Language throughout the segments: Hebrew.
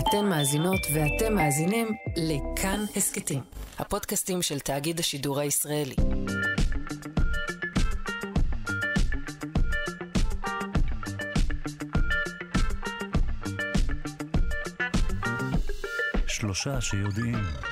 אתן מאזינות ואתם מאזינים לכאן הסקטים, הפודקאסטים של תאגיד השידור הישראלי. שלושה שיודעים.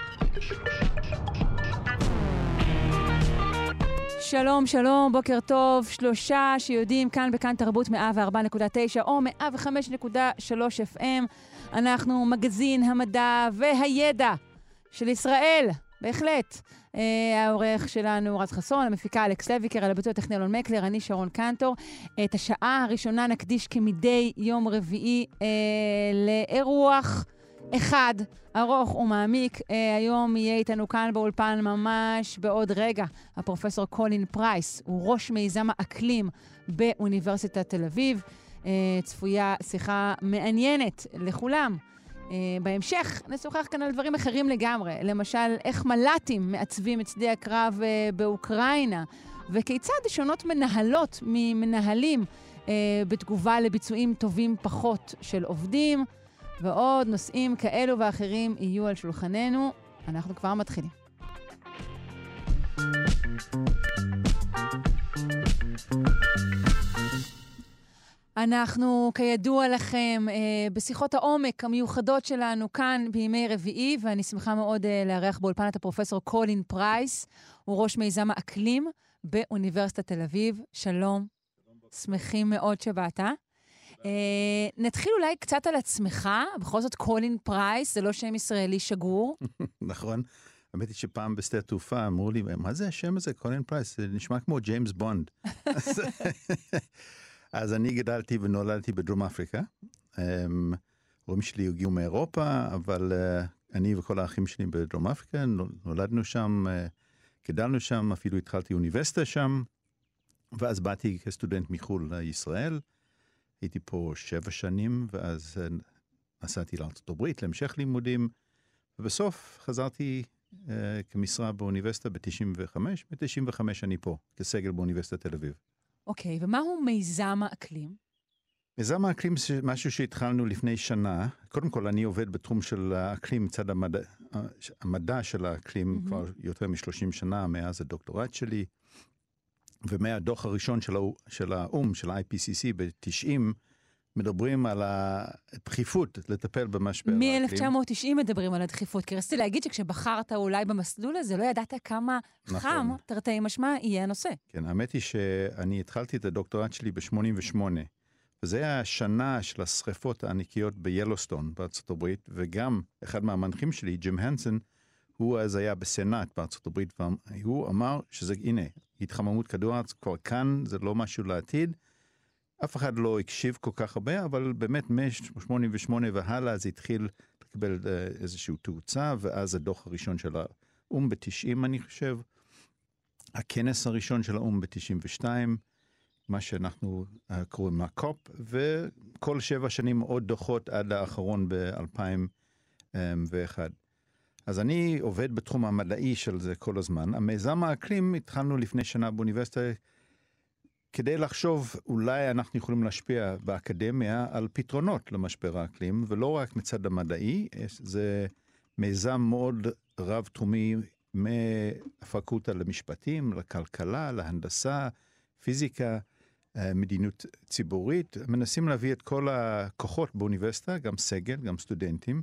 שלום, שלום, בוקר טוב. שלושה שיודעים כאן בכאן תרבות 104.9 או 105.3 FM. אנחנו מגזין המדע והידע של ישראל, בהחלט. העורך שלנו רז חסון, המפיקה אלכס לויקר, על הביצוע הטכני אלון מקלר, אני שרון קנטור. את השעה הראשונה נקדיש כמדי יום רביעי לאירוח אחד, ארוך ומעמיק. היום יהיה איתנו כאן באולפן ממש בעוד רגע הפרופסור קולין פרייס, הוא ראש מיזם האקלים באוניברסיטת תל אביב. צפויה שיחה מעניינת לכולם. בהמשך נשוחח כאן על דברים אחרים לגמרי, למשל איך מל"טים מעצבים את שדה הקרב באוקראינה, וכיצד שונות מנהלות ממנהלים בתגובה לביצועים טובים פחות של עובדים, ועוד נושאים כאלו ואחרים יהיו על שולחננו. אנחנו כבר מתחילים. אנחנו, כידוע לכם, בשיחות העומק המיוחדות שלנו כאן בימי רביעי, ואני שמחה מאוד לארח באולפן את הפרופסור קולין פרייס, הוא ראש מיזם האקלים באוניברסיטת תל אביב. שלום, שמחים מאוד שבאת. נתחיל אולי קצת על עצמך, בכל זאת קולין פרייס, זה לא שם ישראלי שגור. נכון, האמת היא שפעם בשדה התעופה אמרו לי, מה זה השם הזה, קולין פרייס? זה נשמע כמו ג'יימס בונד. אז אני גדלתי ונולדתי בדרום אפריקה. הורים שלי הגיעו מאירופה, אבל אני וכל האחים שלי בדרום אפריקה, נולדנו שם, גדלנו שם, אפילו התחלתי אוניברסיטה שם, ואז באתי כסטודנט מחו"ל לישראל. הייתי פה 7 שנים, ואז נסעתי לארצות הברית להמשך לימודים, ובסוף חזרתי כמשרה באוניברסיטה ב-95, ב-95 אני פה, כסגל באוניברסיטת תל אביב. אוקיי, ומהו מיזם האקלים? מיזם האקלים זה משהו שהתחלנו לפני שנה. קודם כל, אני עובד בתחום של האקלים, מצד המדע של האקלים, כבר יותר מ-30 שנה, מאז הדוקטורט שלי, ומהדוח הראשון של האום, של ה-IPCC ב-90, מדברים על הדחיפות לטפל במשבר האקלים. מ-1990 מדברים על הדחיפות, כי רציתי להגיד שכשבחרת אולי במסלול הזה, לא ידעת כמה חם, תרתי משמע, יהיה הנושא. כן, האמת היא שאני התחלתי את הדוקטורט שלי ב-88, וזה היה השנה של השריפות הענקיות ביילוסטון בארצות הברית, וגם אחד מהמנחים שלי, ג'ים הנסון, הוא אז היה בסנאט בארצות הברית, והוא אמר שזה, הנה, התחממות כדור הארץ כבר כאן, זה לא משהו לעתיד. אף אחד לא הקשיב כל כך הרבה, אבל באמת מ-88 והלאה זה התחיל לקבל איזשהו תאוצה, ואז הדוח הראשון של האום ב-90, אני חושב, הכנס הראשון של האום ב-92, מה שאנחנו קוראים הקופ, וכל 7 שנים עוד דוחות עד האחרון ב-2001. אז אני עובד בתחום המדעי של זה כל הזמן. המיזם האקלים התחלנו לפני שנה באוניברסיטה, כדי לחשוב אולי אנחנו יכולים להשפיע באקדמיה על פתרונות למשבר האקלים, ולא רק מצד המדעי, זה מיזם מאוד רב-תחומי מהפקולטה למשפטים, לכלכלה, להנדסה, פיזיקה, מדיניות ציבורית. מנסים להביא את כל הכוחות באוניברסיטה, גם סגל, גם סטודנטים,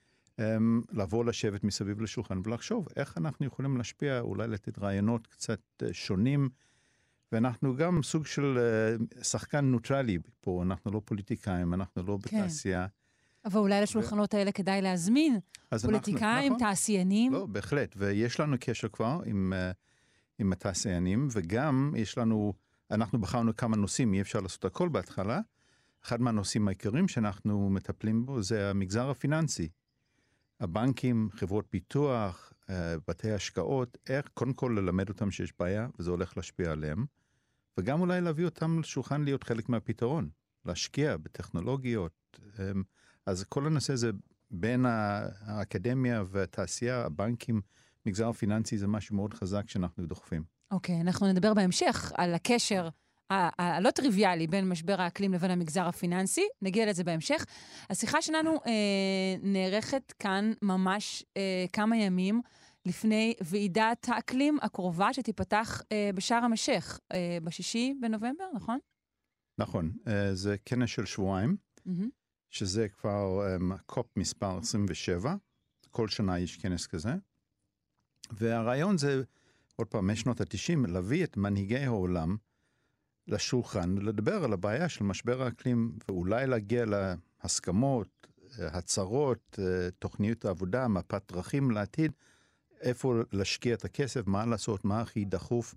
לבוא לשבת מסביב לשולחן ולחשוב איך אנחנו יכולים להשפיע, אולי לתת רעיונות קצת שונים, ואנחנו גם סוג של שחקן נוטרלי פה, אנחנו לא פוליטיקאים, אנחנו לא בתעשייה. אבל אולי לשולחנות האלה כדאי להזמין פוליטיקאים, תעשיינים. לא, בהחלט, ויש לנו קשר כבר עם התעשיינים, וגם יש לנו, אנחנו בחרנו כמה נושאים, אי אפשר לעשות הכל בהתחלה. אחד מהנושאים העיקריים שאנחנו מטפלים בו זה המגזר הפיננסי. הבנקים, חברות פיתוח, בתי השקעות, איך קודם כל ללמד אותם שיש בעיה, וזה הולך להשפיע עליהם, וגם אולי להביא אותם לשולחן להיות חלק מהפתרון, להשקיע בטכנולוגיות. אז כל הנושא זה בין האקדמיה והתעשייה, הבנקים, מגזר הפיננסי זה משהו מאוד חזק שאנחנו דוחפים. אוקיי, אנחנו נדבר בהמשך על הקשר הלא טריוויאלי בין משבר האקלים לבין המגזר הפיננסי. נגיע לזה בהמשך. השיחה שלנו נערכת כאן ממש כמה ימים לפני ועידת האקלים הקרובה שתיפתח בשארם א-שייח, ב6 בנובמבר, נכון? נכון, זה כנס של שבועיים, שזה כבר קופ מספר 27, כל שנה יש כנס כזה, והרעיון זה, עוד פעם, משנות ה-90, להביא את מנהיגי העולם לשולחן, לדבר על הבעיה של משבר האקלים, ואולי להגיע להסכמות, הצהרות, תוכניות העבודה, מפת דרכים לעתיד, איפה להשקיע את הכסף, מה לעשות, מה הכי דחוף,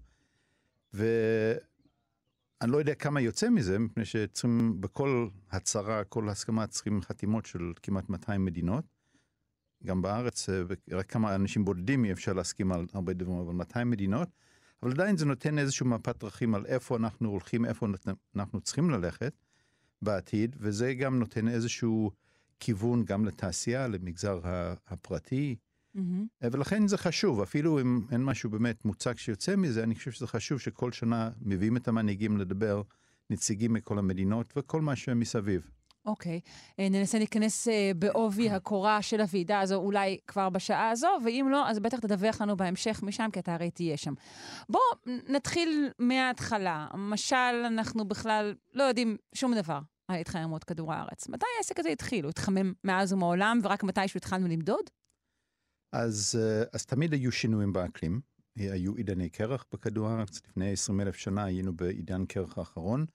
אני לא יודע כמה יוצא מזה, מפני שצריכים בכל הצהרה, כל הסכמה, צריכים חתימות של כמעט 200 מדינות. גם בארץ, רק כמה אנשים בודדים אפשר להסכים על הרבה דברים, אבל 200 מדינות. אבל עדיין זה נותן איזשהו מפת דרכים על איפה אנחנו הולכים, איפה אנחנו צריכים ללכת בעתיד, וזה גם נותן איזשהו כיוון גם לתעשייה, למגזר הפרטי, ולכן זה חשוב, אפילו אם אין משהו באמת מוצק שיוצא מזה, אני חושב שזה חשוב שכל שנה מביאים את המנהיגים לדבר, נציגים מכל המדינות וכל מה שמסביב. אוקיי, ננסה להיכנס בעובי הקורה של הוועידה הזו, אולי כבר בשעה הזו, ואם לא, אז בטח תדווח לנו בהמשך משם, כי אתה הרי תהיה שם. בוא נתחיל מההתחלה. משל אנחנו בכלל לא יודעים שום דבר על התחממות כדור הארץ. מתי העסק הזה התחיל? הוא התחמם מאז ומעולם, ורק מתישהו התחלנו למדוד? אז תמיד היו שינויים באקלים, היו עידני קרח בכדור הארץ, לפני 20,000 שנה היינו בעידן קרח האחרון,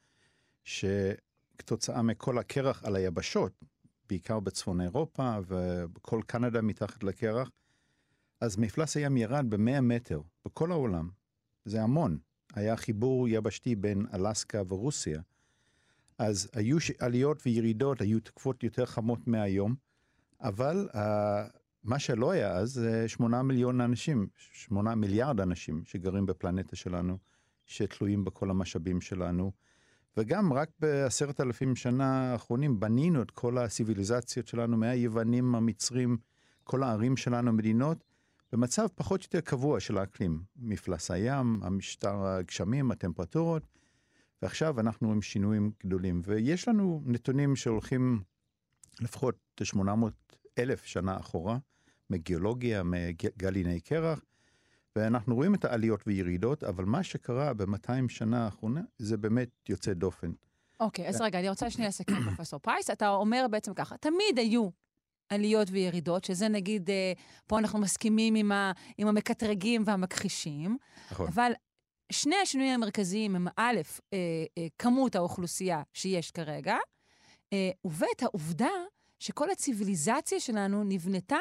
שכתוצאה מכל הקרח על היבשות, בעיקר בצפון אירופה ובכל קנדה מתחת לקרח, אז מפלס הים ירד ב100 מטר בכל העולם, זה המון, היה חיבור יבשתי בין אלסקה ורוסיה, אז היו עליות וירידות, היו תקופות יותר חמות מהיום, אבל מה שלא היה אז זה 8 מיליארד אנשים שגרים בפלנטה שלנו, שתלויים בכל המשאבים שלנו, וגם רק ב10,000 שנה האחרונים בנינו את כל הסיביליזציות שלנו, מהיוונים, המצרים, כל הערים שלנו, מדינות, במצב פחות או יותר קבוע של האקלים, מפלס הים, המשטר הגשמים, הטמפרטורות, ועכשיו אנחנו עם שינויים גדולים, ויש לנו נתונים שהולכים לפחות 800,000 שנה אחורה, מגיאולוגיה, מגליני קרח, ואנחנו רואים את העליות וירידות, אבל מה שקרה ב200 שנה האחרונה, זה באמת יוצא דופן. אוקיי, אז רגע, אני רוצה שנייה לסכם, פרופסור פרייס, אתה אומר בעצם ככה, תמיד היו עליות וירידות, שזה נגיד, פה אנחנו מסכימים עם המקטרגים והמכחישים, נכון. אבל שני השינויים המרכזיים הם א', כמות האוכלוסייה שיש כרגע, וב' העובדה שכל הציביליזציה שלנו נבנתה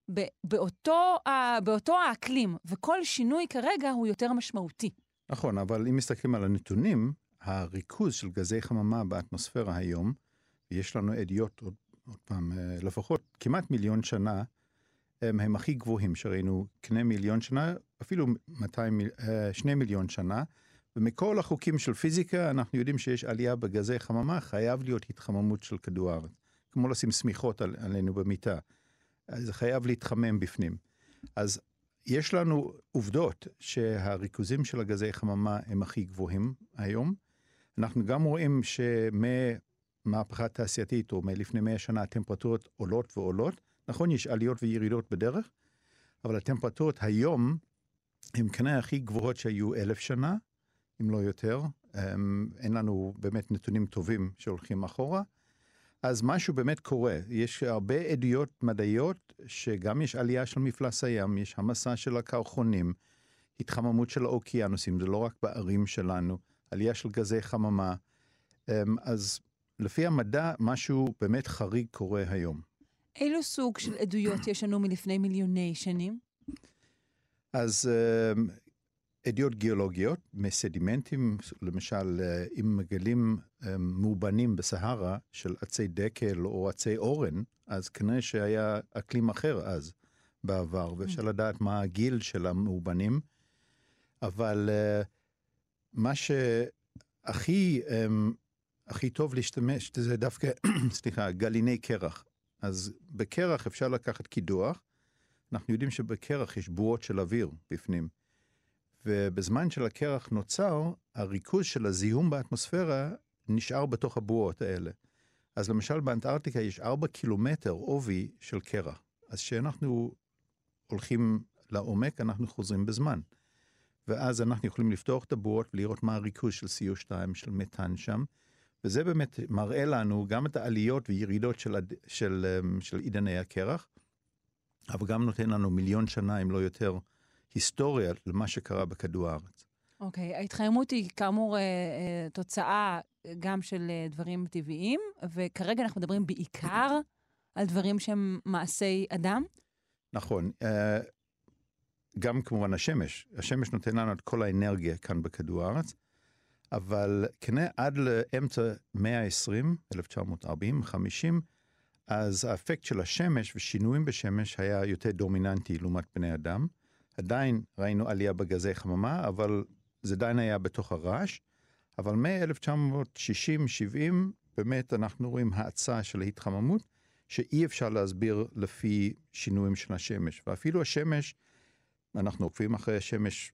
באותו האקלים, וכל שינוי כרגע הוא יותר משמעותי. נכון, אבל אם מסתכלים על הנתונים, הריכוז של גזי חממה באטמוספירה היום, ויש לנו עדויות עוד פעם, לפחות כמעט 1,000,000 שנה, הם הכי גבוהים שראינו, כ2 מיליון שנה, אפילו 2 מיליון שנה, ומכל החוקים של פיזיקה, אנחנו יודעים שיש עלייה בגזי חממה, חייב להיות התחממות של כדור הארץ. כמו לשים סמיכות עלינו במיטה. זה חייב להתחמם בפנים. אז יש לנו עובדות שהריכוזים של הגזי חממה הם הכי גבוהים היום. אנחנו גם רואים שמהפכה תעשייתית או מלפני 100 שנה הטמפרטורות עולות ועולות. נכון, יש עליות וירידות בדרך, אבל הטמפרטורות היום הן כנראה הכי גבוהות שהיו 1,000 שנה, אם לא יותר. אין לנו באמת נתונים טובים שהולכים אחורה. אז משהו באמת קורה. יש הרבה עדויות מדעיות שגם יש עלייה של מפלס הים, יש המסה של הקרחונים, התחממות של האוקיינוסים, זה לא רק בערים שלנו, עלייה של גזי חממה. אז לפי המדע, משהו באמת חריג קורה היום. אילו סוג של עדויות יש לנו מלפני מיליוני שנים? אז עדויות גיאולוגיות, מסדימנטים, למשל, אם מגלים מאובנים בסהרה של עצי דקל או עצי אורן, אז כנראה שהיה אקלים אחר אז בעבר, ואפשר לדעת מה הגיל של המאובנים. אבל מה שהכי טוב להשתמש, זה דווקא, גליני קרח. אז בקרח אפשר לקחת קידוח, אנחנו יודעים שבקרח יש בועות של אוויר בפנים. ובזמן של הקרח נוצר, הריכוז של הזיהום באטמוספירה נשאר בתוך הבועות האלה. אז למשל באנטארקטיקה יש 4 קילומטר עובי של קרח. אז כשאנחנו הולכים לעומק, אנחנו חוזרים בזמן. ואז אנחנו יכולים לפתוח את הבועות ולראות מה הריכוז של CO2, של מתאן שם. וזה באמת מראה לנו גם את העליות וירידות של עידני הקרח, אבל גם נותן לנו 1,000,000 שנה, אם לא יותר, היסטוריה למה שקרה בכדור הארץ. אוקיי, ההתחממות היא כאמור תוצאה גם של דברים טבעיים, וכרגע אנחנו מדברים בעיקר על דברים שהם מעשי אדם? נכון, גם כמובן השמש. השמש נותן לנו את כל האנרגיה כאן בכדור הארץ, אבל כנראה עד לאמצע 120, 1940, 50, אז האפקט של השמש ושינויים בשמש היה יותר דומיננטי לעומת בני אדם. עדיין ראינו עלייה בגזי חממה, אבל זה עדיין היה בתוך הרעש. אבל מ-1960-70 באמת אנחנו רואים האצה של ההתחממות, שאי אפשר להסביר לפי שינויים של השמש. ואפילו השמש, אנחנו עוקבים אחרי השמש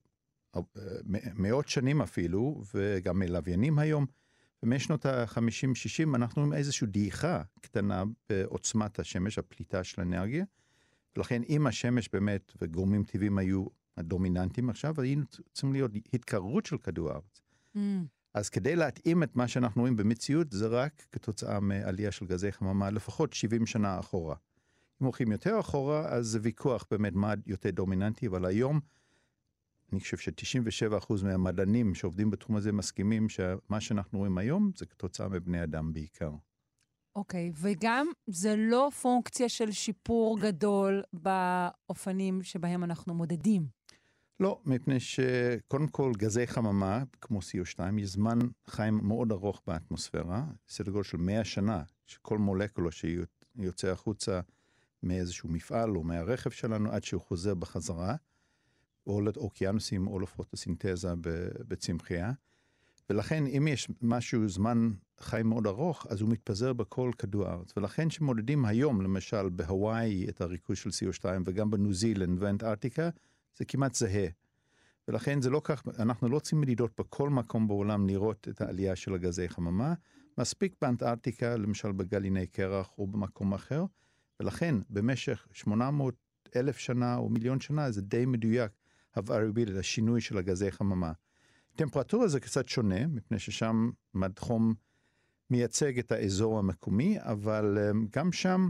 מאות שנים אפילו, וגם מלוויינים היום, ומשנות ה-50-60 אנחנו רואים איזושהי דעיכה קטנה בעוצמת השמש, הפליטה של האנרגיה, ולכן אם השמש באמת וגורמים טבעיים היו הדומיננטיים עכשיו, היינו צריכים להיות התקררות של כדור הארץ. אז כדי להתאים את מה שאנחנו רואים במציאות, זה רק כתוצאה מעלייה של גזי חממה, לפחות 70 שנה אחורה. אם הולכים יותר אחורה, אז זה ויכוח באמת מה יותר דומיננטי, אבל היום, אני חושב ש-97% מהמדענים שעובדים בתחום הזה מסכימים שמה שאנחנו רואים היום, זה כתוצאה מבני אדם בעיקר. אוקיי, וגם זה לא פונקציה של שיפור גדול באופנים שבהם אנחנו מודדים. לא, מפני שקודם כל גזי חממה, כמו CO2, יש זמן חיים מאוד ארוך באטמוספירה, סדר גודל של 100 שנה, שכל מולקולה שיוצא החוצה מאיזשהו מפעל או מהרכב שלנו, עד שהוא חוזר בחזרה, או לאוקיינוסים או לפוטוסינתזה בצמחייה. ולכן אם יש משהו זמן חיים מאוד ארוך, אז הוא מתפזר בכל כדור הארץ. ולכן שמודדים היום, למשל בהוואי, את הריכוז של CO2, וגם בניו זילנד ואנטארקטיקה, זה כמעט זהה. ולכן זה לא כך, אנחנו לא רוצים מדידות בכל מקום בעולם לראות את העלייה של הגזי חממה, מספיק באנטארקטיקה, למשל בגליני קרח או במקום אחר, ולכן במשך 800,000 שנה או 1,000,000 שנה, זה די מדויק, הווריאביליות, השינוי של הגזי חממה. טמפרטורה זה קצת שונה, מפני ששם מד חום מייצג את האזור המקומי, אבל גם שם,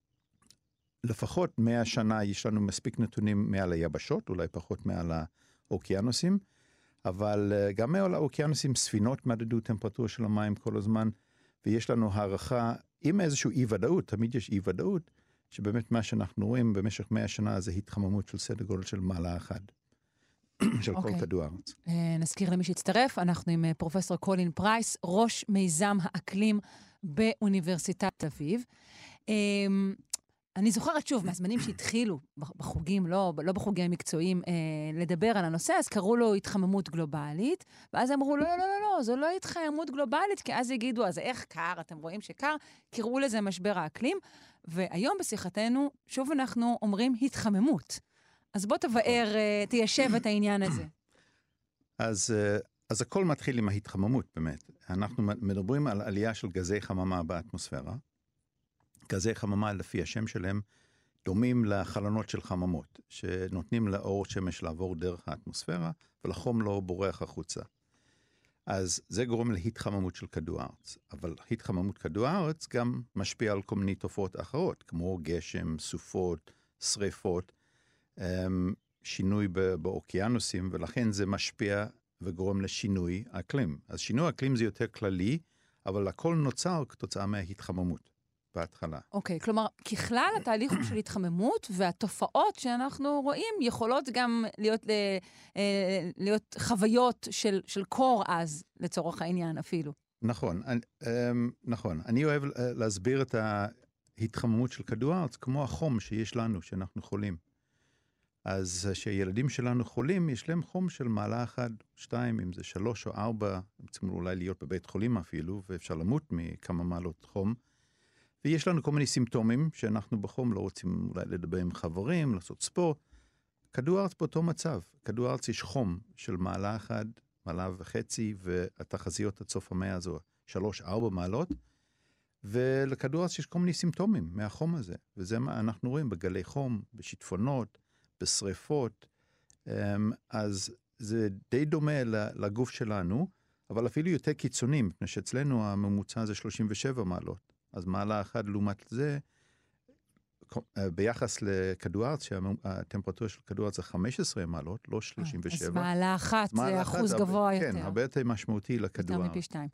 לפחות 100 שנה יש לנו מספיק נתונים מעל היבשות, אולי פחות מעל האוקיינוסים, אבל גם מעל האוקיינוסים ספינות מדדו טמפרטורה של המים כל הזמן, ויש לנו הערכה עם איזושהי אי-ודאות, תמיד יש אי-ודאות, שבאמת מה שאנחנו רואים במשך 100 שנה זה התחממות של סדר גודל של מעלה אחד, של כל כדור הארץ. נזכיר למי שהצטרף, אנחנו עם פרופסור קולין פרייס, ראש מיזם האקלים באוניברסיטת תל אביב. אני זוכרת שוב, מהזמנים שהתחילו בחוגים, לא בחוגים המקצועיים, לדבר על הנושא, אז קראו לו התחממות גלובלית, ואז אמרו, לא, זו לא התחממות גלובלית, כי אז יגידו, אז איך קר, אתם רואים שקר, קראו לזה משבר האקלים, והיום בשיחתנו, שוב אנחנו אומרים התחממות. אז בוא תבאר, תיישב את העניין הזה. אז הכל מתחיל עם ההתחממות, באמת. אנחנו מדברים על עלייה של גזי חממה באטמוספירה, גזי חממה לפי השם שלהם דומים לחלונות של חממות, שנותנים לאור שמש לעבור דרך האטמוספירה, ולחום לא בורח החוצה. אז זה גורם להתחממות של כדור הארץ. אבל התחממות כדור הארץ גם משפיע על כל מיני תופעות אחרות, כמו גשם, סופות, שריפות, שינוי באוקיינוסים, ולכן זה משפיע וגורם לשינוי האקלים. אז שינוי האקלים זה יותר כללי, אבל הכל נוצר כתוצאה מההתחממות. בהתחלה. אוקיי, כלומר, ככלל התהליך הוא של התחממות, והתופעות שאנחנו רואים יכולות גם להיות חוויות של קור אז, לצורך העניין אפילו. נכון, נכון. אני אוהב להסביר את ההתחממות של כדור הארץ, כמו החום שיש לנו, שאנחנו חולים. אז כשילדים שלנו חולים, יש להם חום של מעלה 1, 2, אם זה 3 או 4, הם צריכים אולי להיות בבית חולים אפילו, ואפשר למות מכמה מעלות חום. ויש לנו כל מיני סימפטומים שאנחנו בחום לא רוצים אולי לדבר עם חברים, לעשות ספורט. כדור הארץ באותו מצב. כדור הארץ יש חום של 1.5 מעלה, והתחזיות עד סוף המאה הזו 3-4 מעלות, ולכדור הארץ יש כל מיני סימפטומים מהחום הזה, וזה מה אנחנו רואים בגלי חום, בשיטפונות, בשריפות, אז זה די דומה לגוף שלנו, אבל אפילו יותר קיצוני, מפני שאצלנו הממוצע זה 37 מעלות, אז 1.1 מעלה לעומת זה, ביחס לכדור הארץ, שהטמפרטורה של כדור הארץ זה 15 מעלות, לא 37. אז 1.1 מעלה זה אחוז גבוה יותר. כן, הרבה יותר משמעותי לכדור הארץ. יותר מפי 2.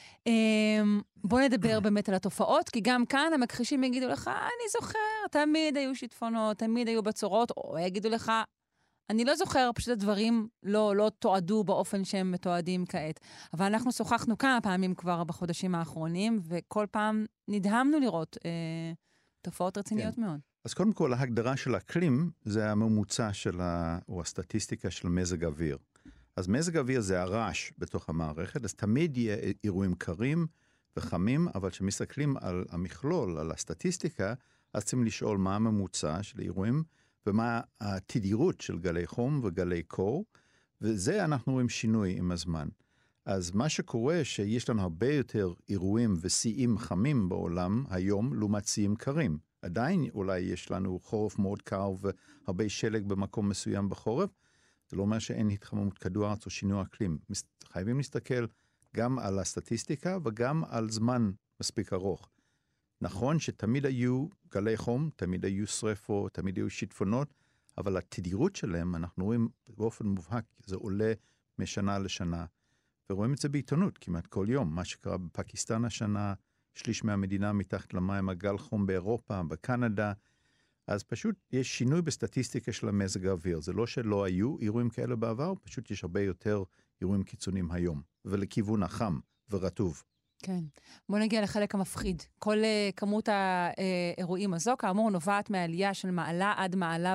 בוא נדבר באמת על התופעות, כי גם כאן המכחישים יגידו לך, אני זוכר, תמיד היו שיטפונות, תמיד היו בצורות, או יגידו לך, אני לא זוכר, פשוט הדברים לא תועדו באופן שהם מתועדים כעת. אבל אנחנו שוחחנו כמה פעמים כבר בחודשים האחרונים, וכל פעם נדהמנו לראות תופעות רציניות מאוד. אז קודם כל, ההגדרה של אקלים זה הממוצע או הסטטיסטיקה של מזג אוויר. אז מזג אוויר זה הרעש בתוך המערכת, אז תמיד יהיה אירועים קרים וחמים, אבל כשמסתכלים על המכלול, על הסטטיסטיקה, אז צריכים לשאול מה הממוצע של אירועים, ומה התדירות של גלי חום וגלי קור, וזה אנחנו רואים שינוי עם הזמן. אז מה שקורה שיש לנו הרבה יותר אירועים ושיאים חמים בעולם היום, לעומת שיאים קרים. עדיין אולי יש לנו חורף מאוד קר והרבה שלג במקום מסוים בחורף, זה לא אומר שאין התחממות כדור הארץ או שינוי אקלים. חייבים להסתכל גם על הסטטיסטיקה וגם על זמן מספיק ארוך. נכון שתמיד היו גלי חום, תמיד היו שריפות, תמיד היו שיטפונות, אבל התדירות שלהם, אנחנו רואים באופן מובהק, זה עולה משנה לשנה, ורואים את זה בעיתונות כמעט כל יום. מה שקרה בפקיסטן השנה, שליש מהמדינה מתחת למים, הגל חום באירופה, בקנדה, אז פשוט יש שינוי בסטטיסטיקה של המזג האוויר. זה לא שלא היו אירועים כאלה בעבר, פשוט יש הרבה יותר אירועים קיצוניים היום, ולכיוון החם ורטוב. כן. בוא נגיע לחלק המפחיד. כל כמות האירועים הזו, כאמור, נובעת מעלייה של 1 מעלה עד 1.5 מעלה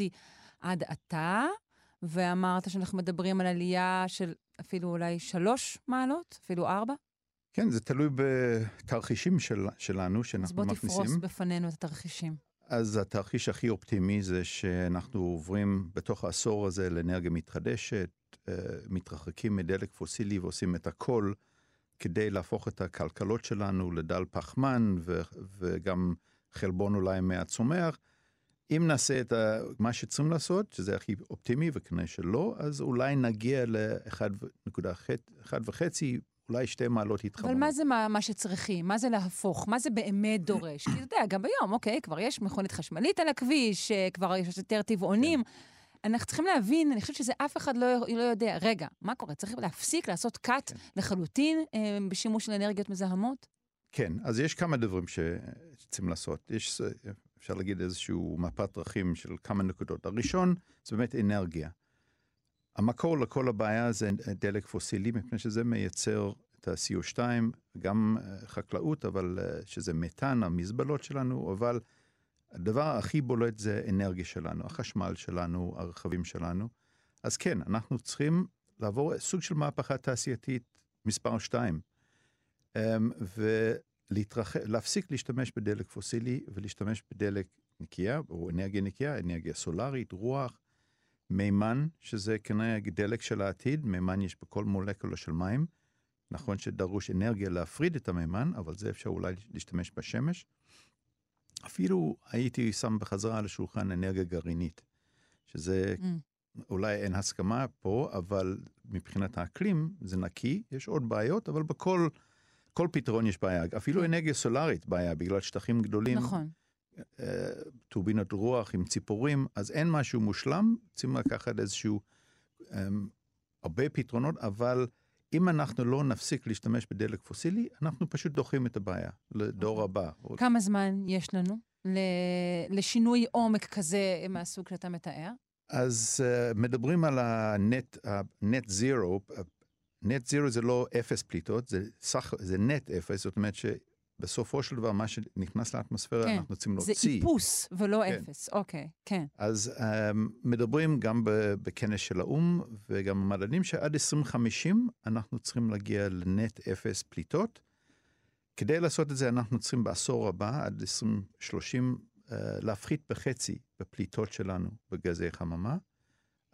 עד עתה, ואמרת שאנחנו מדברים על עלייה של אפילו אולי 3 מעלות, אפילו 4? כן, זה תלוי בתרחישים שלנו, שאנחנו מכניסים. אז בוא תפרוס בפנינו את התרחישים. אז התרחיש הכי אופטימי זה שאנחנו עוברים בתוך העשור הזה לאנרגיה מתחדשת, מתרחקים מדלק פוסילי ועושים את הכל, כדי להפוך את הכלכלות שלנו לדל פחמן, וגם חלבון אולי מהצומח. אם נעשה את מה שצריכים לעשות, שזה הכי אופטימי וכנראה שלא, אז אולי נגיע ל1.5, אולי 2 מעלות התחממות. אבל מה זה מה שצריכים? מה זה להפוך? מה זה באמת דורש? כי אתה יודע, גם ביום, אוקיי, כבר יש מכונית חשמלית על הכביש, כבר יש יותר טבעונים. אנחנו צריכים להבין, אני חושבת שזה אף אחד לא יודע. רגע, מה קורה? צריך להפסיק, לעשות קאט לחלוטין בשימוש של אנרגיות מזהמות? כן, אז יש כמה דברים שצריכים לעשות. יש, אפשר להגיד, איזשהו מפת דרכים של כמה נקודות. הראשון, זה באמת אנרגיה. המקור לכל הבעיה זה דלק פוסילי, מפני שזה מייצר את ה-CO2, גם חקלאות, אבל שזה מתאן, המזבלות שלנו, אבל הדבר הכי בולט זה אנרגיה שלנו, החשמל שלנו, הרכבים שלנו. אז כן, אנחנו צריכים לעבור סוג של מהפכה תעשייתית מספר 2, ולהפסיק להשתמש בדלק פוסילי, ולהשתמש בדלק נקייה, או אנרגיה נקייה, אנרגיה סולרית, רוח, מימן, שזה כנראה דלק של העתיד, מימן יש בכל מולקולה של מים, נכון שדרוש אנרגיה להפריד את המימן, אבל זה אפשר אולי להשתמש בשמש. אפילו הייתי שם בחזרה על השולחן אנרגיה גרעינית, שזה אולי אין הסכמה פה, אבל מבחינת האקלים זה נקי, יש עוד בעיות, אבל בכל פתרון יש בעיה. אפילו אנרגיה סולרית בעיה, בגלל שטחים גדולים. נכון. טורבינות רוח עם ציפורים, אז אין משהו מושלם, צריכים לקחת איזשהו הרבה פתרונות, אבל אם אנחנו לא נפסיק להשתמש בדלק פוסילי, אנחנו פשוט דוחים את הבעיה לדור הבא. כמה זמן יש לנו לשינוי עומק כזה מהסוג שאתה מתאר? אז מדברים על ה-net zero. net zero זה לא 0 פליטות, זה net 0, זאת אומרת בסופו של דבר, מה שנכנס לאטמוספירה, אנחנו רוצים להוציא. זה איפוס ולא אפס, אוקיי, כן. אז מדברים גם בכנס של האום, וגם המדענים שעד 2050, אנחנו צריכים להגיע לנט אפס פליטות. כדי לעשות את זה, אנחנו צריכים בעשור הבא, עד 2030, להפחית בחצי בפליטות שלנו בגזי חממה.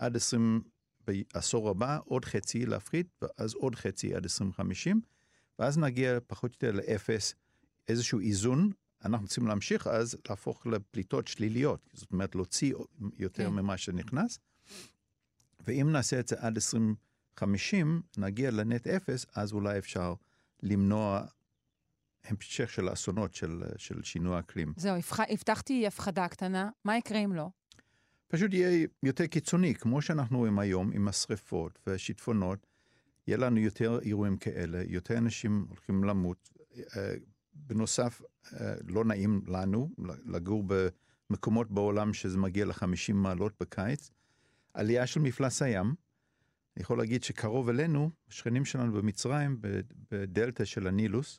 בעשור הבא, עוד חצי להפחית, ואז עוד חצי עד 2050, ואז נגיע פחות או יותר לאפס, איזשהו איזון, אנחנו צריכים להמשיך אז להפוך לפליטות שליליות, זאת אומרת להוציא יותר ממה שנכנס, ואם נעשה את זה עד 2050, נגיע לנט אפס, אז אולי אפשר למנוע המשך של האסונות של שינוי האקלים. זהו, הבטחתי הפחדה קטנה, מה יקרה אם לא? פשוט יהיה יותר קיצוני, כמו שאנחנו רואים היום עם השריפות והשיטפונות, יהיה לנו יותר אירועים כאלה, יותר אנשים הולכים למות. בנוסף, לא נעים לנו לגור במקומות בעולם שזה מגיע ל-50 מעלות בקיץ. עלייה של מפלס הים, אני יכול להגיד שקרוב אלינו, השכנים שלנו במצרים, בדלטה של הנילוס,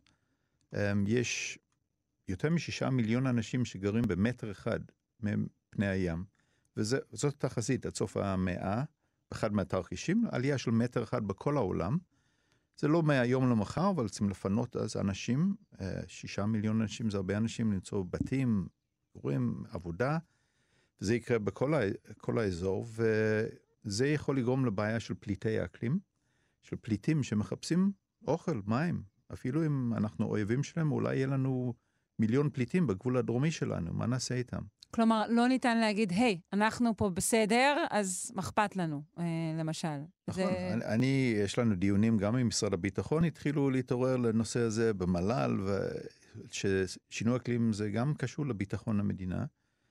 יש יותר מ6 מיליון אנשים שגרים במטר אחד מפני הים, וזאת תחזית עד סוף המאה, אחד מהתרחישים, עלייה של מטר אחד בכל העולם. זה לא מהיום למחר, אבל צריכים לפנות אז אנשים, 6 מיליון אנשים, זה הרבה אנשים למצוא בתים, גורים, עבודה, וזה יקרה בכל האזור, וזה יכול לגרום לבעיה של פליטי האקלים, של פליטים שמחפשים אוכל, מים, אפילו אם אנחנו אויבים שלהם, אולי יהיה לנו מיליון פליטים בגבול הדרומי שלנו, מה נעשה איתם? כלומר, לא ניתן להגיד, היי, אנחנו פה בסדר, אז מחפת לנו, למשל. נכון, יש לנו דיונים גם עם משרד הביטחון, התחילו להתעורר לנושא הזה במל"ל, ששינוי אקלים זה גם קשור לביטחון המדינה,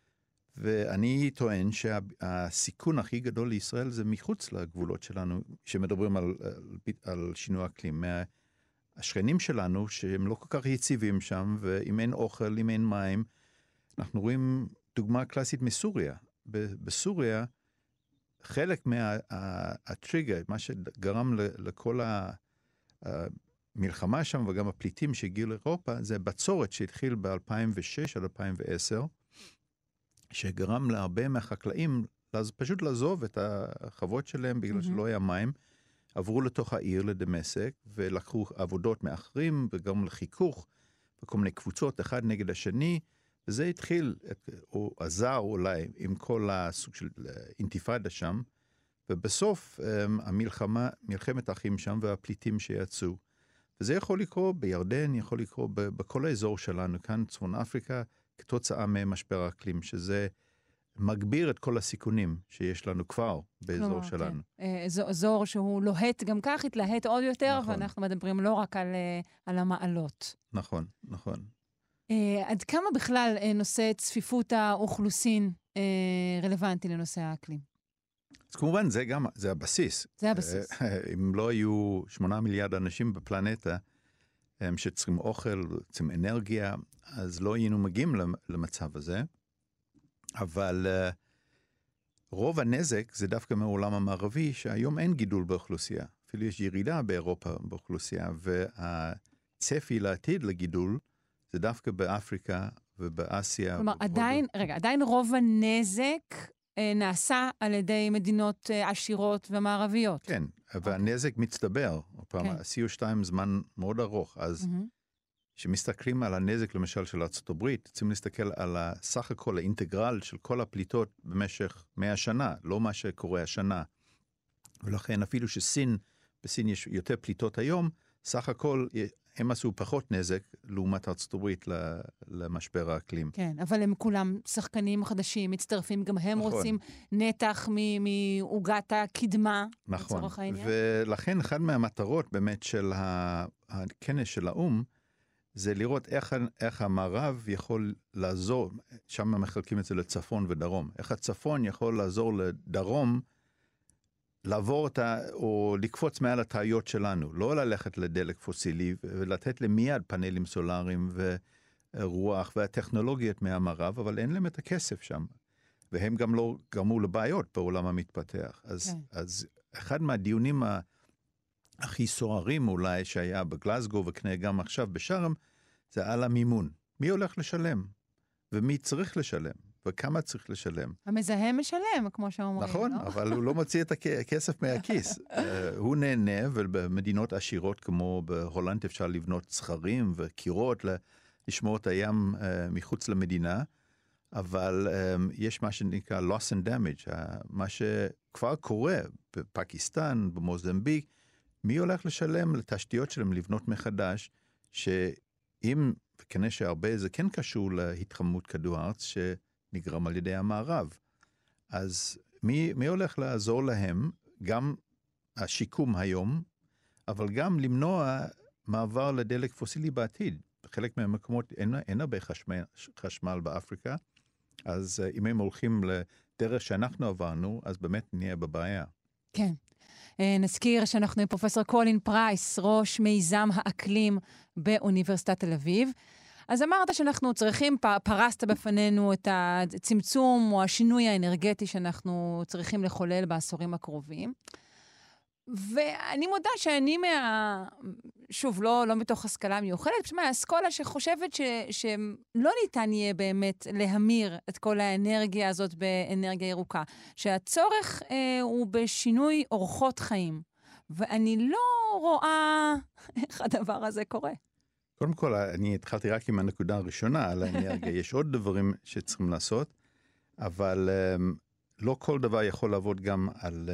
ואני טוען שהסיכון הכי גדול לישראל זה מחוץ לגבולות שלנו, שמדברים על שינוי אקלים. השכנים שלנו, שהם לא כל כך יציבים שם, ואם אין אוכל, אם אין מים, אנחנו רואים דוגמה קלאסית מסוריה. בסוריה, חלק מהטריגר, מה שגרם לכל המלחמה שם, וגם הפליטים שהגיעו לאירופה, זה בצורת שהתחיל ב-2006 עד 2010, שגרם להרבה מהחקלאים פשוט לעזוב את החוות שלהם, בגלל שלא היה מים, עברו לתוך העיר לדמשק, ולקחו עבודות מאחרים, וגם לחיכוך, וכל מיני קבוצות, אחד נגד השני, וזה התחיל, או עזר אולי, עם כל הסוג של אינתיפאדה שם, ובסוף מלחמת האחים שם, והפליטים שיצאו. וזה יכול לקרות בירדן, יכול לקרות בכל האזור שלנו, כאן צפון אפריקה, כתוצאה ממשבר האקלים, שזה מגביר את כל הסיכונים שיש לנו כבר באזור שלנו. כן. אזור שהוא לוהט גם כך, התלהט עוד יותר, נכון. ואנחנו מדברים לא רק על המעלות. נכון, נכון. עד כמה בכלל נושא צפיפות האוכלוסין רלוונטי לנושא האקלים? אז כמובן, זה הבסיס. זה הבסיס. אם לא היו 8 מיליארד אנשים בפלנטה, שצריכים אוכל, צריכים אנרגיה, אז לא היינו מגיעים למצב הזה. אבל רוב הנזק זה דווקא מהעולם המערבי, שהיום אין גידול באוכלוסייה. אפילו יש ירידה באירופה באוכלוסייה, והצפי לעתיד לגידול, זה דווקא באפריקה ובאסיה. כלומר, עדיין רוב הנזק נעשה על ידי מדינות עשירות ומערביות. כן, והנזק מצטבר. CO2 זמן מאוד ארוך, אז שמסתכלים על הנזק למשל של ארצות הברית, צריכים להסתכל על הסך הכל האינטגרל של כל הפליטות במשך 100 שנה, לא מה שקורה השנה. ולכן אפילו בסין יש יותר פליטות היום, סך הכל הם עשו פחות נזק לעומת ארצות הברית למשבר האקלים. כן, אבל הם כולם שחקנים חדשים, מצטרפים, גם הם רוצים נתח מעוגת הקדמה, לצורך העניין. ולכן אחד מהמטרות באמת של הכנס של האום, זה לראות איך המערב יכול לעזור, שם מחלקים את זה לצפון ודרום, איך הצפון יכול לעזור לדרום, לעבור או לקפוץ מעל הטעויות שלנו, לא ללכת לדלק פוסילי, ולתת למיד פאנלים סולאריים ורוח והטכנולוגיות מהמערב, אבל אין להם את הכסף שם, והם גם לא גרמו לבעיות בעולם המתפתח. אז אחד מהדיונים הכי סוערים אולי שהיה בגלסגו וכנראה גם עכשיו בשרם, זה על המימון. מי הולך לשלם? ומי צריך לשלם? וכמה צריך לשלם? המזהם משלם, כמו שאומרים. נכון, לא? אבל הוא לא מוציא את הכסף מהכיס. הוא נהנה, ובמדינות עשירות כמו בהולנד אפשר לבנות סכרים וקירות, לשמור את הים מחוץ למדינה, אבל יש מה שנקרא loss and damage, מה שכבר קורה בפקיסטן, במוזמביק, מי הולך לשלם לתשתיות שלהם לבנות מחדש, שאם, וכנראה שהרבה זה כן קשור להתחממות כדור הארץ שנגרם על ידי המערב. אז מי הולך לעזור להם, גם השיקום היום, אבל גם למנוע מעבר לדלק פוסילי בעתיד. בחלק מהמקומות אין הרבה חשמל באפריקה, אז אם הם הולכים לדרך שאנחנו עברנו, אז באמת נהיה בבעיה. כן. נזכיר שאנחנו עם פרופסור קולין פרייס, ראש מיזם האקלים באוניברסיטת תל אביב. אז אמרת שאנחנו צריכים, פרסת בפנינו את הצמצום או השינוי האנרגטי שאנחנו צריכים לחולל בעשורים הקרובים. ואני מודה שאני שוב, לא מתוך השכלה מיוחדת, פשוט מהאסכולה שחושבת שלא ניתן יהיה באמת להמיר את כל האנרגיה הזאת באנרגיה ירוקה. שהצורך הוא בשינוי אורחות חיים. ואני לא רואה איך הדבר הזה קורה. קודם כל, אני התחלתי רק עם הנקודה הראשונה על האנרגיה. יש עוד דברים שצריכים לעשות, אבל לא כל דבר יכול לעבוד גם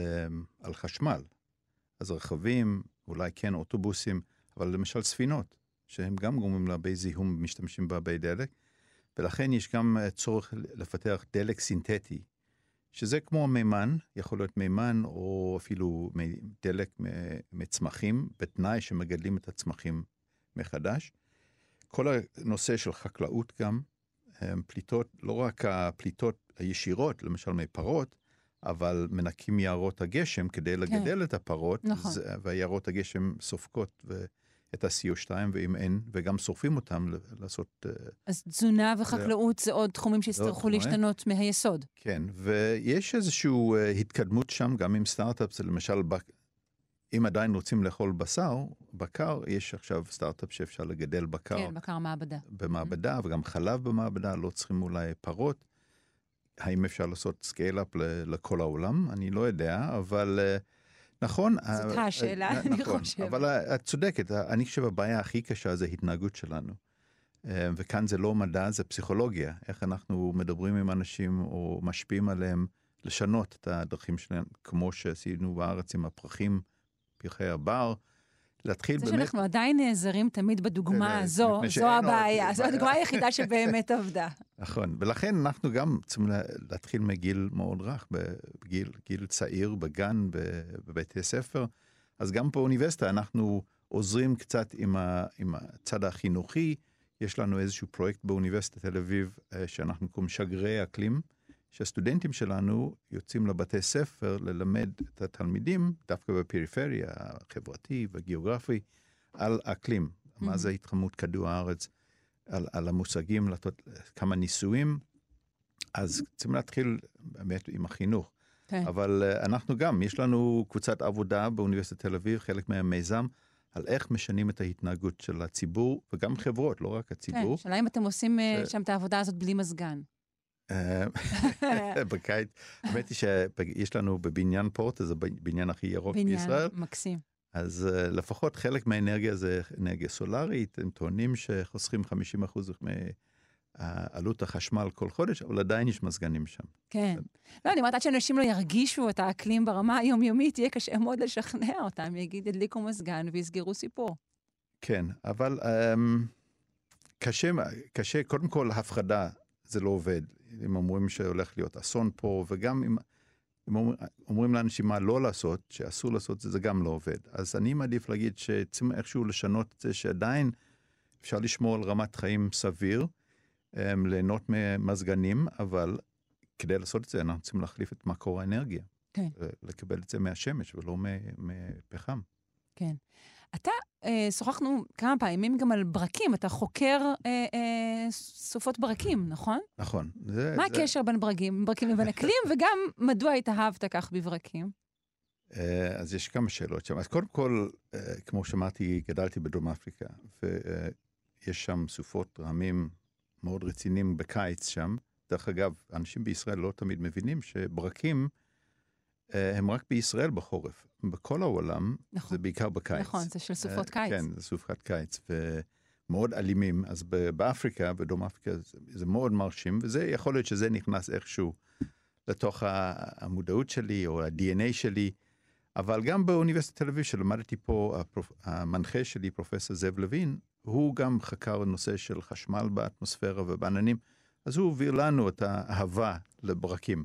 על חשמל. אז רכבים, אולי כן אוטובוסים, אבל למשל ספינות, שהם גם גורמים להרבה זיהום, משתמשים בהרבה דלק, ולכן יש גם צורך לפתח דלק סינתטי, שזה כמו מימן, יכול להיות מימן, או אפילו דלק מצמחים, בתנאי שמגדלים את הצמחים מחדש. כל הנושא של חקלאות גם, פליטות, לא רק הפליטות הישירות, למשל מפרות, אבל מנקים יערות הגשם כדי לגדל את הפרות, נכון. והיערות הגשם סופקות את ה-CO2, ואם אין, וגם שורפים אותם לעשות... אז תזונה וחקלאות זה עוד תחומים שיצטרכו להשתנות מהיסוד. כן, ויש איזושהי התקדמות שם, גם עם סטארט-אפ, למשל, אם עדיין רוצים לאכול בקר, יש עכשיו סטארט-אפ שאפשר לגדל בקר. כן, בקר מעבדה. במעבדה, וגם חלב במעבדה, לא צריכים אולי פרות. האם אפשר לעשות סקייל-אפ לכל העולם? אני לא יודע, אבל נכון. זאת השאלה, אני חושב. אבל את צודקת, אני חושב הבעיה הכי קשה זה התנהגות שלנו. וכאן זה לא מדע, זה פסיכולוגיה. איך אנחנו מדברים עם אנשים או משפיעים עליהם לשנות את הדרכים שלהם, כמו שעשינו בארץ עם הפרחים, פרחי הבר. להתחיל זה באמת... שאנחנו עדיין נעזרים תמיד בדוגמה הזו, זו הבעיה. זו הדוגמה היחידה שבאמת עבדה. נכון, ולכן אנחנו גם צריכים להתחיל מגיל מאוד רך, בגיל צעיר, בגן, בבתי ספר. אז גם באוניברסיטה אנחנו עוזרים קצת עם הצד החינוכי. יש לנו איזשהו פרויקט באוניברסיטת תל אביב, שאנחנו קוראים שגרי אקלים, שהסטודנטים שלנו יוצאים לבתי ספר ללמד את התלמידים, דווקא בפריפריה, החברתי והגיאוגרפי, על אקלים. מה זה התחממות כדור הארץ, על המושגים, כמה ניסויים. אז צריכים להתחיל באמת עם החינוך. כן. אבל אנחנו גם, יש לנו קבוצת עבודה באוניברסיטת תל אביב, חלק מהמיזם, על איך משנים את ההתנהגות של הציבור, וגם חברות, לא רק הציבור. כן, שאלה אם אתם עושים שם את העבודה הזאת בלי מזגן. בקיץ, האמת היא שיש לנו בבניין פורט, זה בניין הכי ירוק בישראל. בניין מקסים. אז לפחות חלק מהאנרגיה זה אנרגיה סולארית, הם טוענים שחוסכים 50% מעלות החשמל כל חודש, אבל עדיין יש מזגנים שם. כן. לא, אני אומרת, עד שאנשים לא ירגישו את האקלים ברמה היומיומית, יהיה קשה מאוד לשכנע אותם, יגיד, הדליקו מזגן ויסגרו סיפור. כן, אבל קשה, קודם כל הפחדה, זה לא עובד. אם אומרים שהולך להיות אסון פה, וגם אם אומרים לאנשים מה לא לעשות, שאסור לעשות זה גם לא עובד. אז אני מעדיף להגיד שצריכים איכשהו לשנות את זה, שעדיין אפשר לשמור על רמת חיים סביר, ליהנות ממזגנים, אבל כדי לעשות את זה, אנחנו צריכים להחליף את מקור האנרגיה. כן. לקבל את זה מהשמש, ולא מפחם. כן. אתה, שוחחנו כמה פעמים גם על ברקים, אתה חוקר סופות ברקים, נכון? נכון. מה הקשר בין ברקים לבין אקלים, וגם מדוע התאהבת כך בברקים? אז יש כמה שאלות שם. אז קודם כל, כמו שאמרתי, גדלתי בדרום אפריקה, ויש שם סופות רעמים מאוד רציניים בקיץ שם. דרך אגב, אנשים בישראל לא תמיד מבינים שברקים הם רק בישראל בחורף. בכל העולם, נכון. זה בעיקר בקיץ. נכון, זה של סופות קיץ. כן, זה סופת קיץ. מאוד אלימים, אז באפריקה, בדרום אפריקה, זה מאוד מרשים, וזה יכול להיות שזה נכנס איכשהו לתוך המודעות שלי, או ה-DNA שלי, אבל גם באוניברסיטת תל אביב, שלמדתי פה, המנחה שלי, פרופסור זאב לוין, הוא גם חקר נושא של חשמל באטמוספירה ובעננים, אז הוא הביא לנו את האהבה לברקים.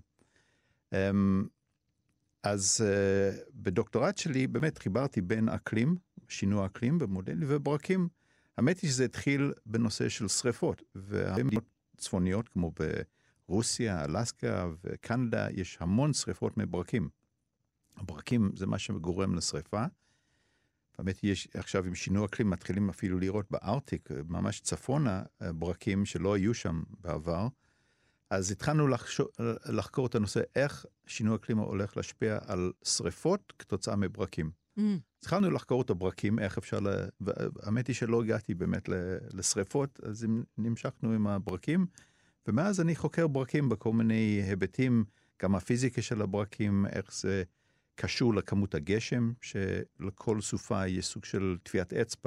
אז בדוקטורט שלי באמת חיברתי בין אקלים, שינוי אקלים במודלים וברקים. האמת היא שזה התחיל בנושא של שריפות, והרבה מדינות צפוניות כמו ברוסיה, אלסקה וקנדה, יש המון שריפות מברקים. הברקים זה מה שגורם לשריפה. באמת יש עכשיו עם שינוי אקלים מתחילים אפילו לראות בארקטיק, ממש צפונה, ברקים שלא היו שם בעבר. אז התחלנו לחקור את הנושא, איך שינוי אקלים הולך להשפיע על שריפות כתוצאה מברקים. התחלנו לחקור את הברקים, איך אפשר, האמת היא שלא הגעתי באמת לשריפות, אז נמשכנו עם הברקים, ומאז אני חוקר ברקים בכל מיני היבטים, גם הפיזיקה של הברקים, איך זה קשור לכמות הגשם, שלכל סופה יש סוג של טביעת אצבע,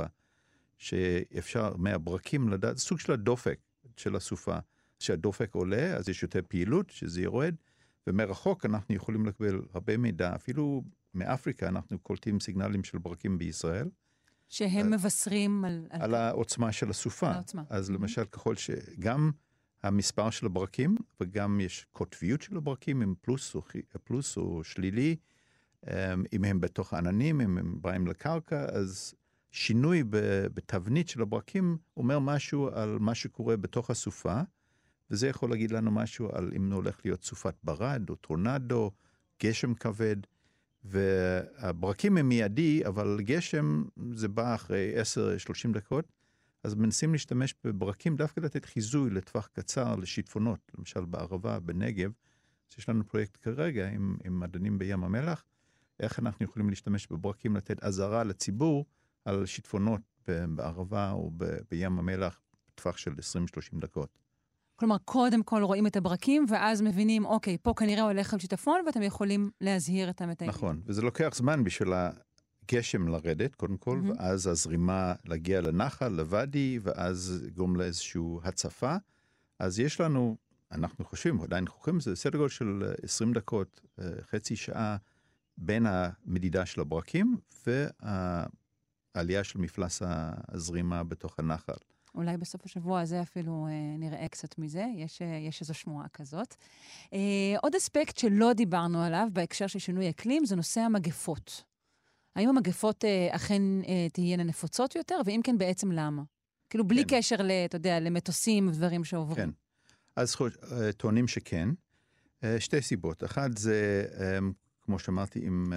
שאפשר מהברקים לדעת, סוג של הדופק של הסופה, שהדופק עולה, אז יש יותר פעילות, שזה יורד, ומרחוק אנחנו יכולים לקבל הרבה מידע, אפילו מאפריקה אנחנו קולטים סיגנלים של ברקים בישראל. שהם מבשרים על העוצמה של הסופה. אז למשל, ככל שגם המספר של הברקים, וגם יש קוטביות של הברקים, עם פלוס או שלילי, אם הם בתוך עננים, אם הם באים לקרקע, אז שינוי בתבנית של הברקים אומר משהו על מה שקורה בתוך הסופה, וזה יכול להגיד לנו משהו על אם הולך להיות סופת ברד או טורנדו, גשם כבד, והברקים הם מיידי, אבל גשם זה בא אחרי 10-30 דקות, אז מנסים להשתמש בברקים דווקא לתת חיזוי לטווח קצר לשיטפונות, למשל בערבה, בנגב, שיש לנו פרויקט כרגע עם מדענים בים המלח, איך אנחנו יכולים להשתמש בברקים לתת עזרה לציבור על שיטפונות בערבה או בים המלח בטווח של 20-30 דקות. כלומר, קודם כל רואים את הברקים, ואז מבינים, אוקיי, פה כנראה הולך על שיטפון, ואתם יכולים להזהיר את המטעים. נכון, וזה לוקח זמן בשביל הגשם לרדת, קודם כל, ואז הזרימה להגיע לנחל, לוואדי, ואז גורם לאיזושהי הצפה. אז יש לנו, אנחנו חושבים, עדיין חוקרים, זה סדר גודל של 20 דקות, חצי שעה, בין המדידה של הברקים, והעלייה של מפלס הזרימה בתוך הנחל. אולי בסוף השבוע הזה אפילו נראה קצת מזה, יש איזו שמועה כזאת. עוד אספקט שלא דיברנו עליו בהקשר של שינוי אקלים, זה נושא המגפות. האם המגפות אכן תהיינה נפוצות יותר, ואם כן בעצם למה? כאילו בלי קשר אתה יודע, למטוסים ודברים שעוברים. כן, אז טוענים שכן. שתי סיבות. אחד זה, כמו שאמרתי, עם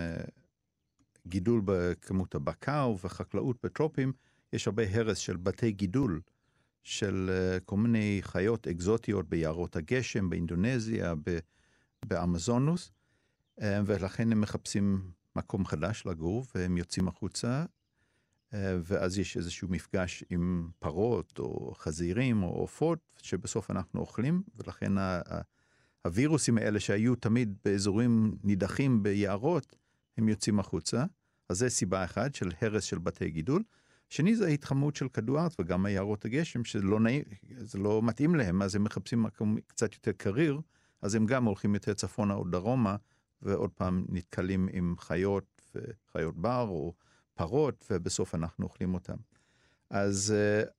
גידול בכמות הבקר וחקלאות בטרופים, יש הרבה הרס של בתי גידול, של כל מיני חיות אקזוטיות ביערות הגשם, באינדונזיה, באמזונוס, ולכן הם מחפשים מקום חדש לגור, והם יוצאים החוצה, ואז יש איזשהו מפגש עם פרות, או חזירים, או עופות, שבסוף אנחנו אוכלים, ולכן הווירוסים האלה שהיו תמיד באזורים נידחים ביערות, הם יוצאים החוצה. אז זה סיבה אחת של הרס של בתי גידול. שני זה ההתחממות של כדור הארץ וגם היערות הגשם, שזה לא מתאים להם, אז הם מחפשים מקום קצת יותר קריר, אז הם גם הולכים יותר צפונה או דרומה, ועוד פעם נתקלים עם חיות וחיות בר או פרות, ובסוף אנחנו אוכלים אותם. אז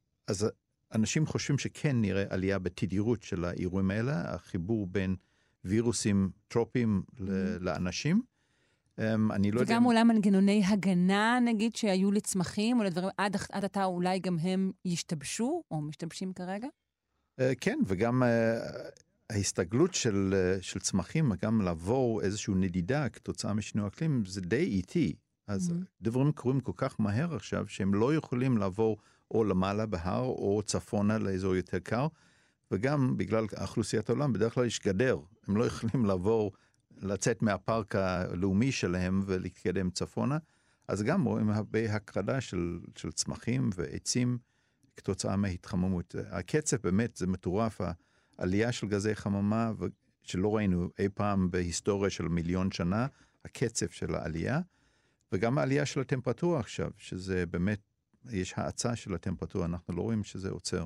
אנשים חושבים שכן נראה עלייה בתדירות של האירועים האלה, החיבור בין וירוסים טרופיים לאנשים, אני לא יודע... וגם אולי מנגנוני הגנה, נגיד, שהיו לצמחים, או לדברים, עד עתה אולי גם הם ישתבשו, או משתבשים כרגע? כן, וגם ההסתגלות של צמחים, גם לעבור איזושהי נדידה כתוצאה משינוי אקלים, זה די איטי. אז דברים קורים כל כך מהר עכשיו, שהם לא יכולים לעבור או למעלה בהר, או צפונה לאזור יותר קר, וגם בגלל אוכלוסיית העולם, בדרך כלל יש גדר. הם לא יכולים לעבור... לצאת מהפארק הלאומי שלהם ולהתקדם צפונה, אז גם רואים הרבה הקרדה של צמחים ועצים כתוצאה מההתחממות. הקצב באמת זה מטורף, העלייה של גזי חממה, שלא ראינו אי פעם בהיסטוריה של 1,000,000 שנה, הקצב של העלייה, וגם העלייה של הטמפרטורה עכשיו, שזה באמת יש האצה של הטמפרטורה, אנחנו לא רואים שזה עוצר.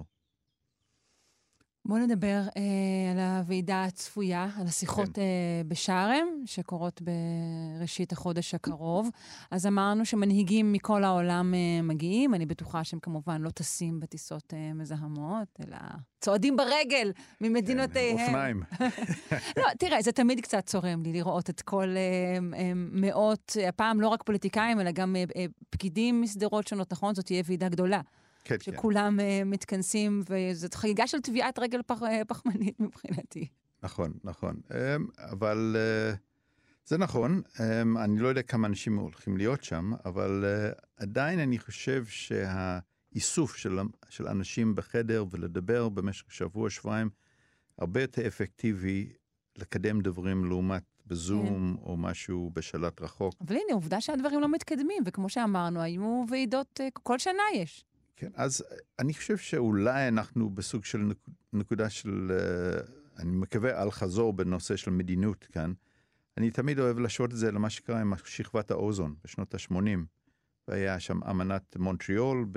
בואו נדבר על הוועידה הצפויה, על השיחות בשארם, שקורות בראשית החודש הקרוב. אז אמרנו שמנהיגים מכל העולם מגיעים, אני בטוחה שהם כמובן לא טסים בטיסות מזהמות, אלא צועדים ברגל ממדינותיהם. אופניים. לא, תראה, זה תמיד קצת צורם לי לראות את כל מאות, הפעם לא רק פוליטיקאים, אלא גם פקידים מסדרות שונות, נכון? זאת תהיה ועידה גדולה. כן, שכולם מתכנסים, וזאת חגיגה של טביעת רגל פחמנית מבחינתי. נכון, נכון. אבל זה נכון, אני לא יודע כמה אנשים הולכים להיות שם, אבל עדיין אני חושב שהאיסוף של אנשים בחדר ולדבר במשך שבוע, שבועיים, הרבה יותר אפקטיבי לקדם דברים לעומת בזום או משהו בשלט רחוק. אבל הנה, עובדה שהדברים לא מתקדמים, וכמו שאמרנו, היו ועידות, כל שנה יש. כן, אז אני חושב שאולי אנחנו בסוג של נקודה של, אני מקווה על חזור בנושא של מדיניות כאן. אני תמיד אוהב להשוות את זה למה שקרה עם שכבת האוזון בשנות ה-80. והיה שם אמנת מונטריאול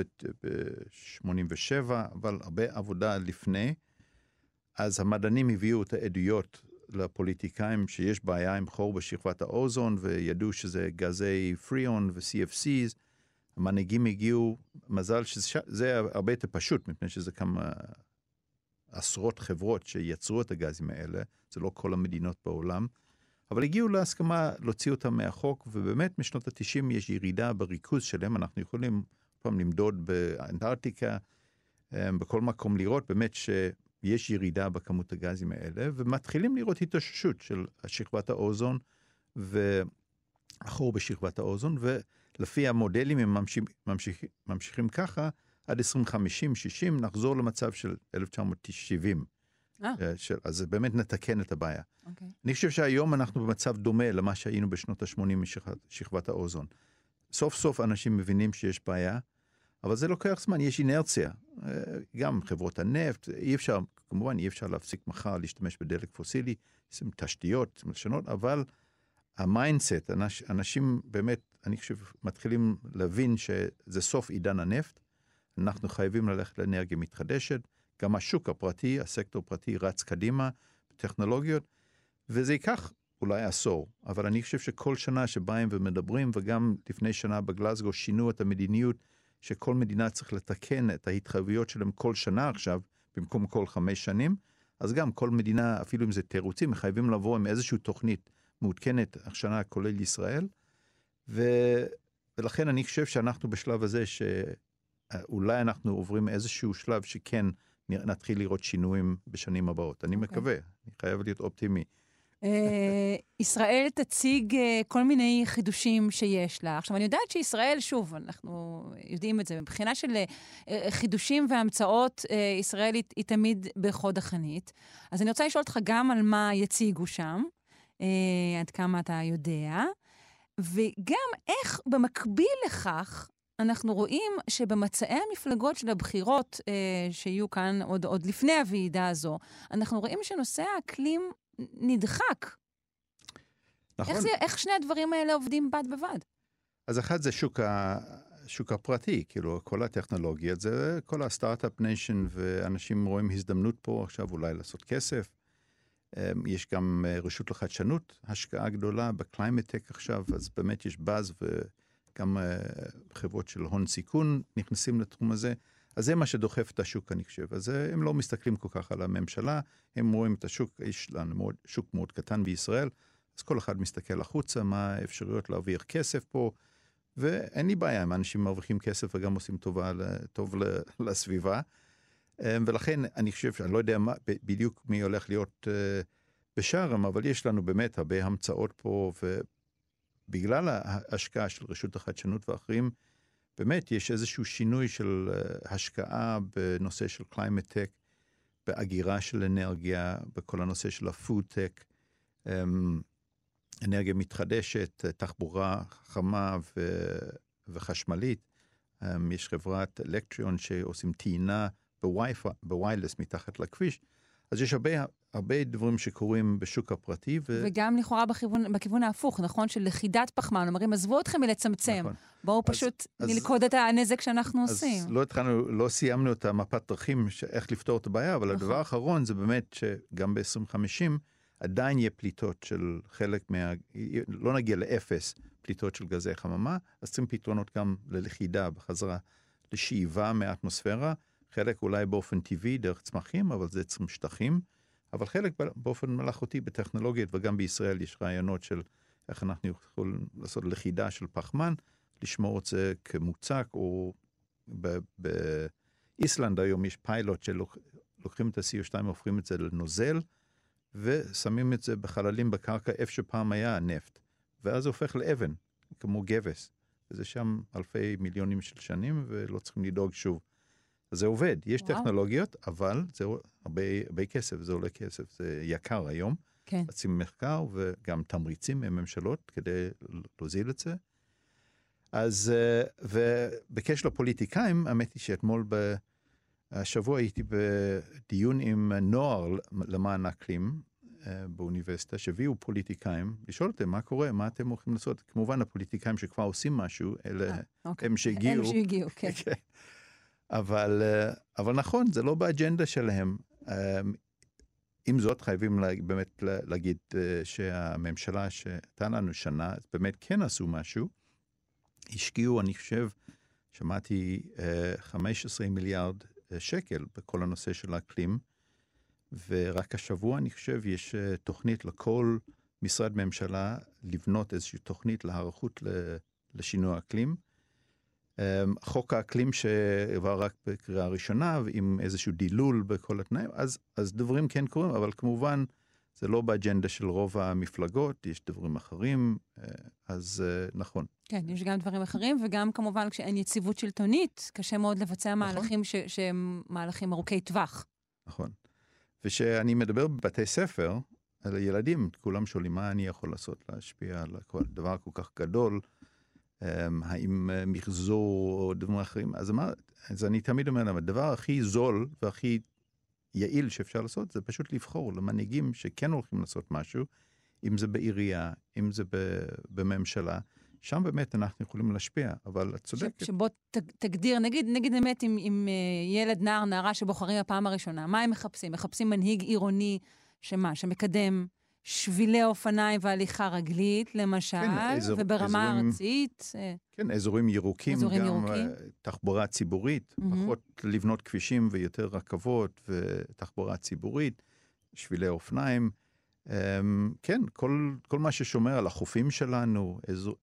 ב-87, אבל הרבה עבודה לפני. אז המדענים הביאו את העדויות לפוליטיקאים שיש בעיה עם חור בשכבת האוזון, וידעו שזה גזי פריאון ו-CFCs. המנהיגים הגיעו, מזל שזה הרבה יותר פשוט, מפני שזה כמה עשרות חברות שיצרו את הגזים האלה, זה לא כל המדינות בעולם, אבל הגיעו להסכמה להוציא אותם מהחוק, ובאמת משנות ה-90 יש ירידה בריכוז שלהם, אנחנו יכולים פעם למדוד באנטארקטיקה, בכל מקום לראות באמת שיש ירידה בכמות הגזים האלה, ומתחילים לראות התאוששות של שכבת האוזון, והחור בשכבת האוזון, לפי המודלים הם ממשיכים ככה, עד 2050-60 נחזור למצב של 1970. אז זה באמת נתקן את הבעיה. אני חושב שהיום אנחנו במצב דומה למה שהיינו בשנות ה-80 משכבת האוזון. סוף סוף אנשים מבינים שיש בעיה, אבל זה לוקח זמן, יש אינרציה. גם חברות הנפט, כמובן אי אפשר להפסיק מחר להשתמש בדלק פוסילי, יש תשתיות שונות, אבל המיינדסט, אנשים באמת, אני חושב, מתחילים להבין שזה סוף עידן הנפט, אנחנו חייבים ללכת לאנרגיה מתחדשת, גם השוק הפרטי, הסקטור הפרטי רץ קדימה, בטכנולוגיות, וזה ייקח אולי עשור, אבל אני חושב שכל שנה שבאים ומדברים, וגם לפני שנה בגלזגו שינו את המדיניות, שכל מדינה צריך לתקן את ההתחייבויות שלהם כל שנה עכשיו, במקום כל 5 שנים, אז גם כל מדינה, אפילו אם זה תירוצים, חייבים לבוא עם איזושהי תוכנית מעודכנת השנה כולל ישראל, ולכן אני חושב שאנחנו בשלב הזה, שאולי אנחנו עוברים איזשהו שלב שכן נתחיל לראות שינויים בשנים הבאות. אני מקווה, אני חייב להיות אופטימי. ישראל תציג כל מיני חידושים שיש לה. עכשיו, אני יודעת שישראל, שוב, אנחנו יודעים את זה, מבחינה של חידושים והמצאות, ישראל היא תמיד בחוד החנית. אז אני רוצה לשאול אותך גם על מה יציגו שם, עד כמה אתה יודע, וגם איך במקביל לכך, אנחנו רואים שבמצעי המפלגות של הבחירות שיהיו כאן עוד לפני הוועידה הזו, אנחנו רואים שנושא האקלים נדחק. נכון. איך שני הדברים האלה עובדים בד בבד? אז אחד זה שוק הפרטי, כאילו כל הטכנולוגיה, זה כל הסטארט-אפ ניישן, ואנשים רואים הזדמנות פה עכשיו אולי לעשות כסף. יש גם רשות לחדשנות, השקעה גדולה בקליימט-טק עכשיו, אז באמת יש באז וגם חברות של הון סיכון נכנסים לתחום הזה. אז זה מה שדוחף את השוק, אני חושב. אז הם לא מסתכלים כל כך על הממשלה, הם רואים את השוק, יש לנו שוק מאוד קטן בישראל, אז כל אחד מסתכל החוצה, מה האפשרויות להעביר כסף פה, ואין לי בעיה, אם אנשים מרוויחים כסף וגם עושים טוב לסביבה, ולכן אני חושב שאני לא יודע בדיוק מי הולך להיות בשארם, אבל יש לנו באמת הרבה המצאות פה, ובגלל ההשקעה של רשות החדשנות ואחרים, באמת יש איזשהו שינוי של השקעה בנושא של climate tech, באגירה של אנרגיה, בכל הנושא של ה-food tech, אנרגיה מתחדשת, תחבורה חמה וחשמלית. יש חברת אלקטריון שעושים טעינה בוויירלס מתחת לכביש. אז יש הרבה הרבה דברים שקורים בשוק הפרטי. וגם לכאורה בכיוון ההפוך, נכון? של לכידת פחמן. אומרים, עזבו אתכם מלצמצם. נכון. בואו פשוט נלכוד את הנזק שאנחנו עושים. אז לא סיימנו את המפת דרכים איך לפתור את הבעיה, אבל הדבר האחרון זה באמת שגם ב-2050 עדיין יהיה פליטות של חלק לא נגיע לאפס פליטות של גזי חממה, אז צריכים פתרונות גם ללכידה בחזרה לשאיבה מהאטמוספירה, חלק אולי באופן טבעי דרך צמחים, אבל זה צריכים שטחים, אבל חלק באופן מלאכותי בטכנולוגיות, וגם בישראל יש רעיונות של איך אנחנו יכולים לעשות לכידה של פחמן, לשמור את זה כמוצק, או באיסלנד היום יש פיילוט שלוקחים את ה-CO2, הופכים את זה לנוזל, ושמים את זה בחללים בקרקע איפה שפעם היה נפט, ואז זה הופך לאבן, כמו גבס, וזה שם אלפי מיליונים של שנים, ולא צריכים לדאוג שוב. אז זה עובד, יש טכנולוגיות, אבל זה הרבה כסף, זה עולה כסף, זה יקר היום. כן. עושים מחקר וגם תמריצים מממשלות כדי להוזיל את זה. אז, ובקשר לפוליטיקאים, האמת היא שאתמול השבוע הייתי בדיון עם נוער למען האקלים באוניברסיטה, שהביאו פוליטיקאים, לשאול אותם מה קורה, מה אתם הולכים לעשות. כמובן הפוליטיקאים שכבר עושים משהו, אלה הם שהגיעו. הם שהגיעו, כן. אבל נכון, זה לא באג'נדה שלהם. עם זאת, חייבים באמת להגיד שהממשלה שהייתה לנו שנה, באמת כן עשו משהו. השקיעו, אני חושב, שמעתי 15 מיליארד שקל בכל הנושא של האקלים, ורק השבוע, אני חושב, יש תוכנית לכל משרד ממשלה לבנות איזושהי תוכנית להערכות לשינוי האקלים. חוק האקלים שעבר רק בקריאה ראשונה, עם איזשהו דילול בכל התנאים, אז דברים כן קורים, אבל כמובן זה לא באג'נדה של רוב המפלגות, יש דברים אחרים, אז נכון. כן, יש גם דברים אחרים, וגם כמובן כשאין יציבות שלטונית, קשה מאוד לבצע מהלכים שהם מהלכים ארוכי טווח. נכון. ושאני מדבר בבתי ספר, על הילדים, כולם שואלים מה אני יכול לעשות להשפיע על דבר כל כך גדול, האם מחזור או דברים אחרים, אז אני תמיד אומר להם, הדבר הכי זול והכי יעיל שאפשר לעשות, זה פשוט לבחור למנהיגים שכן הולכים לעשות משהו, אם זה בעירייה, אם זה בממשלה, שם באמת אנחנו יכולים להשפיע, אבל את צודקת. שבוא תגדיר, נגיד באמת עם ילד, נער, נערה שבוחרים הפעם הראשונה, מה הם מחפשים? מחפשים מנהיג עירוני שמקדם שבילי אופניים והליכה רגלית, למשל, כן, וברמה ארצית. כן, אזורים ירוקים, גם ירוקים. תחבורה ציבורית, פחות לבנות כבישים ויותר רכבות ותחבורה ציבורית, שבילי אופניים. כן, כל מה ששומר על החופים שלנו,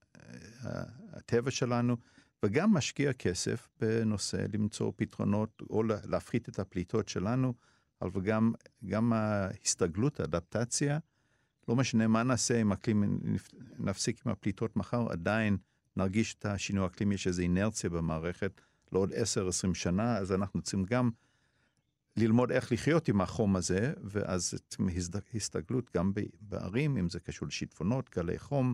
הטבע שלנו, וגם משקיע כסף בנושא למצוא פתרונות, או להפחית את הפליטות שלנו, אבל גם ההסתגלות, האדפטציה, לא משנה מה נעשה עם אקלים, נפסיק עם הפליטות מחר, עדיין נרגיש את השינוי האקלים, יש איזו אינרציה במערכת, לא עוד 10-20 שנה, אז אנחנו צריכים גם ללמוד איך לחיות עם החום הזה, ואז הסתגלות גם בערים, אם זה קשור לשיטפונות, גלי חום,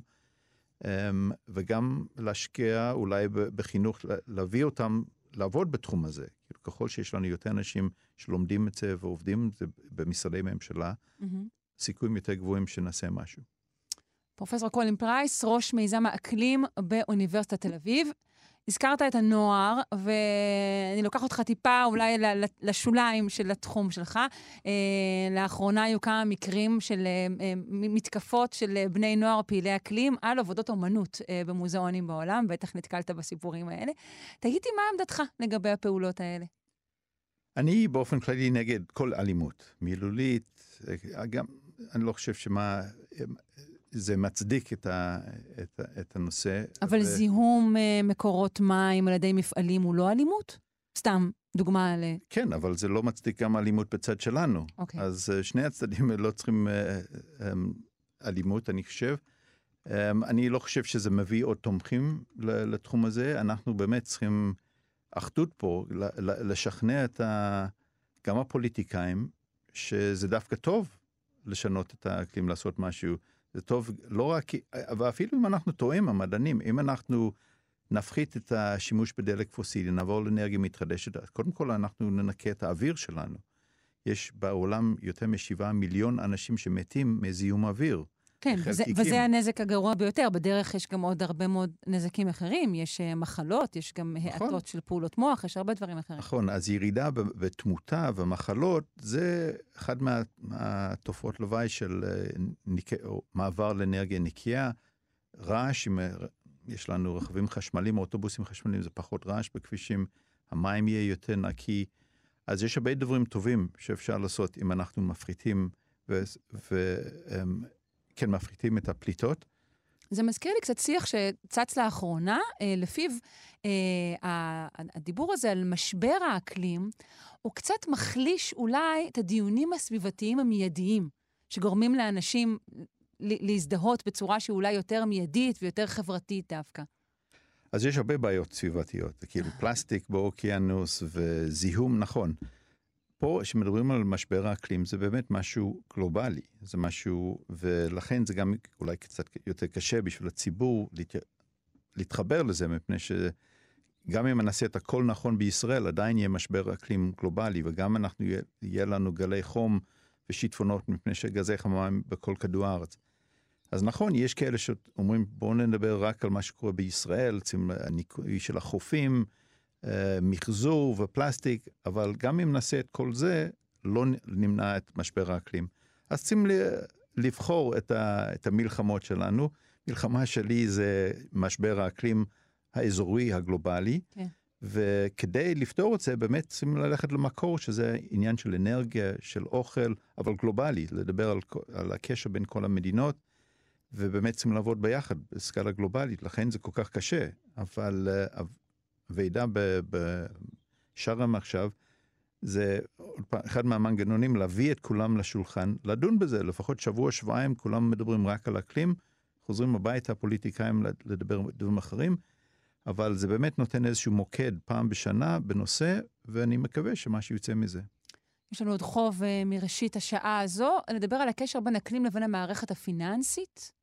וגם להשקיע אולי בחינוך, להביא אותם לעבוד בתחום הזה. ככל שיש לנו יותר אנשים שלומדים את זה ועובדים את זה במשרדי ממשלה, סיכויים יותר גבוהים שנעשה משהו. פרופסור קולין פרייס, ראש מיזם האקלים באוניברסיטת תל אביב. הזכרת את הנוער, ואני לוקח אותך טיפה אולי לשוליים של התחום שלך. לאחרונה היו כמה מקרים של מתקפות של בני נוער פעילי אקלים על עבודות אומנות במוזיאונים בעולם, בטח נתקלת בסיפורים האלה. תגידי מה עמדתך לגבי הפעולות האלה? אני באופן כללי נגד כל אלימות, מילולית, גם אני לא חושב זה מצדיק את הנושא. אבל זיהום מקורות מים על ידי מפעלים הוא לא אלימות? סתם דוגמה על... כן, אבל זה לא מצדיק גם אלימות בצד שלנו. אז שני הצדדים לא צריכים אלימות, אני חושב. אני לא חושב שזה מביא עוד תומכים לתחום הזה. אנחנו באמת צריכים אחדות פה, לשכנע גם הפוליטיקאים, שזה דווקא טוב לשנות את האקלים, לעשות משהו. זה טוב, לא רק, אבל אפילו אם אנחנו טועים, המדענים, אם אנחנו נפחית את השימוש בדלק פוסילי, נעבור לאנרגיה מתחדשת, קודם כל אנחנו ננקה את האוויר שלנו. יש בעולם יותר מ7 מיליון אנשים שמתים מזיהום אוויר. כן, וזה הנזק הגרוע ביותר. בדרך יש גם עוד הרבה מאוד נזקים אחרים. יש מחלות, יש גם העתות של פעולות מוח, יש הרבה דברים אחרים. נכון, אז ירידה בתמותה ומחלות, זה אחד מהתופעות לוואי של מעבר לאנרגיה נקייה. רעש, אם יש לנו רכבים חשמליים, אוטובוסים חשמליים, זה פחות רעש בכבישים, המים יהיה יותר נקי. אז יש הרבה דברים טובים שאפשר לעשות אם אנחנו מפחיתים כן, מפחיתים את הפליטות. זה מזכיר לי קצת שיח שצץ לאחרונה, לפיו הדיבור הזה על משבר האקלים, הוא קצת מחליש אולי את הדיונים הסביבתיים המיידיים, שגורמים לאנשים להזדהות בצורה שאולי יותר מיידית ויותר חברתית דווקא. אז יש הרבה בעיות סביבתיות, כאילו פלסטיק באוקיינוס וזיהום, נכון. פה, כשמדברים על משבר האקלים, זה באמת משהו גלובלי. זה משהו, ולכן זה גם אולי קצת יותר קשה בשביל הציבור להתחבר לזה, מפני שגם אם נעשה את הכל נכון בישראל, עדיין יהיה משבר אקלים גלובלי, וגם יהיה לנו גלי חום ושיטפונות, מפני שגזי חממה בכל כדור הארץ. אז נכון, יש כאלה שאומרים, בואו נדבר רק על מה שקורה בישראל, הניקוי של החופים, מחזור ופלסטיק, אבל גם אם נעשה את כל זה, לא נמנע את משבר האקלים. אז צריכים לבחור את המלחמות שלנו. מלחמה שלי זה משבר האקלים האזורי הגלובלי, כן. וכדי לפתור את זה, באמת צריכים ללכת למקור, שזה עניין של אנרגיה, של אוכל, אבל גלובלי, לדבר על הקשר בין כל המדינות, ובאמת צריכים לעבוד ביחד בסקאלה גלובלית, לכן זה כל כך קשה, אבל ועידה בשרם עכשיו, זה אחד מהמנגנונים להביא את כולם לשולחן, לדון בזה, לפחות שבוע, שבועיים, כולם מדברים רק על אקלים, חוזרים הביתה, הפוליטיקאים לדבר דברים אחרים, אבל זה באמת נותן איזשהו מוקד פעם בשנה בנושא, ואני מקווה שמשהו יוצא מזה. יש לנו עוד חוב מראשית השעה הזו, לדבר על הקשר בין אקלים לבין המערכת הפיננסית?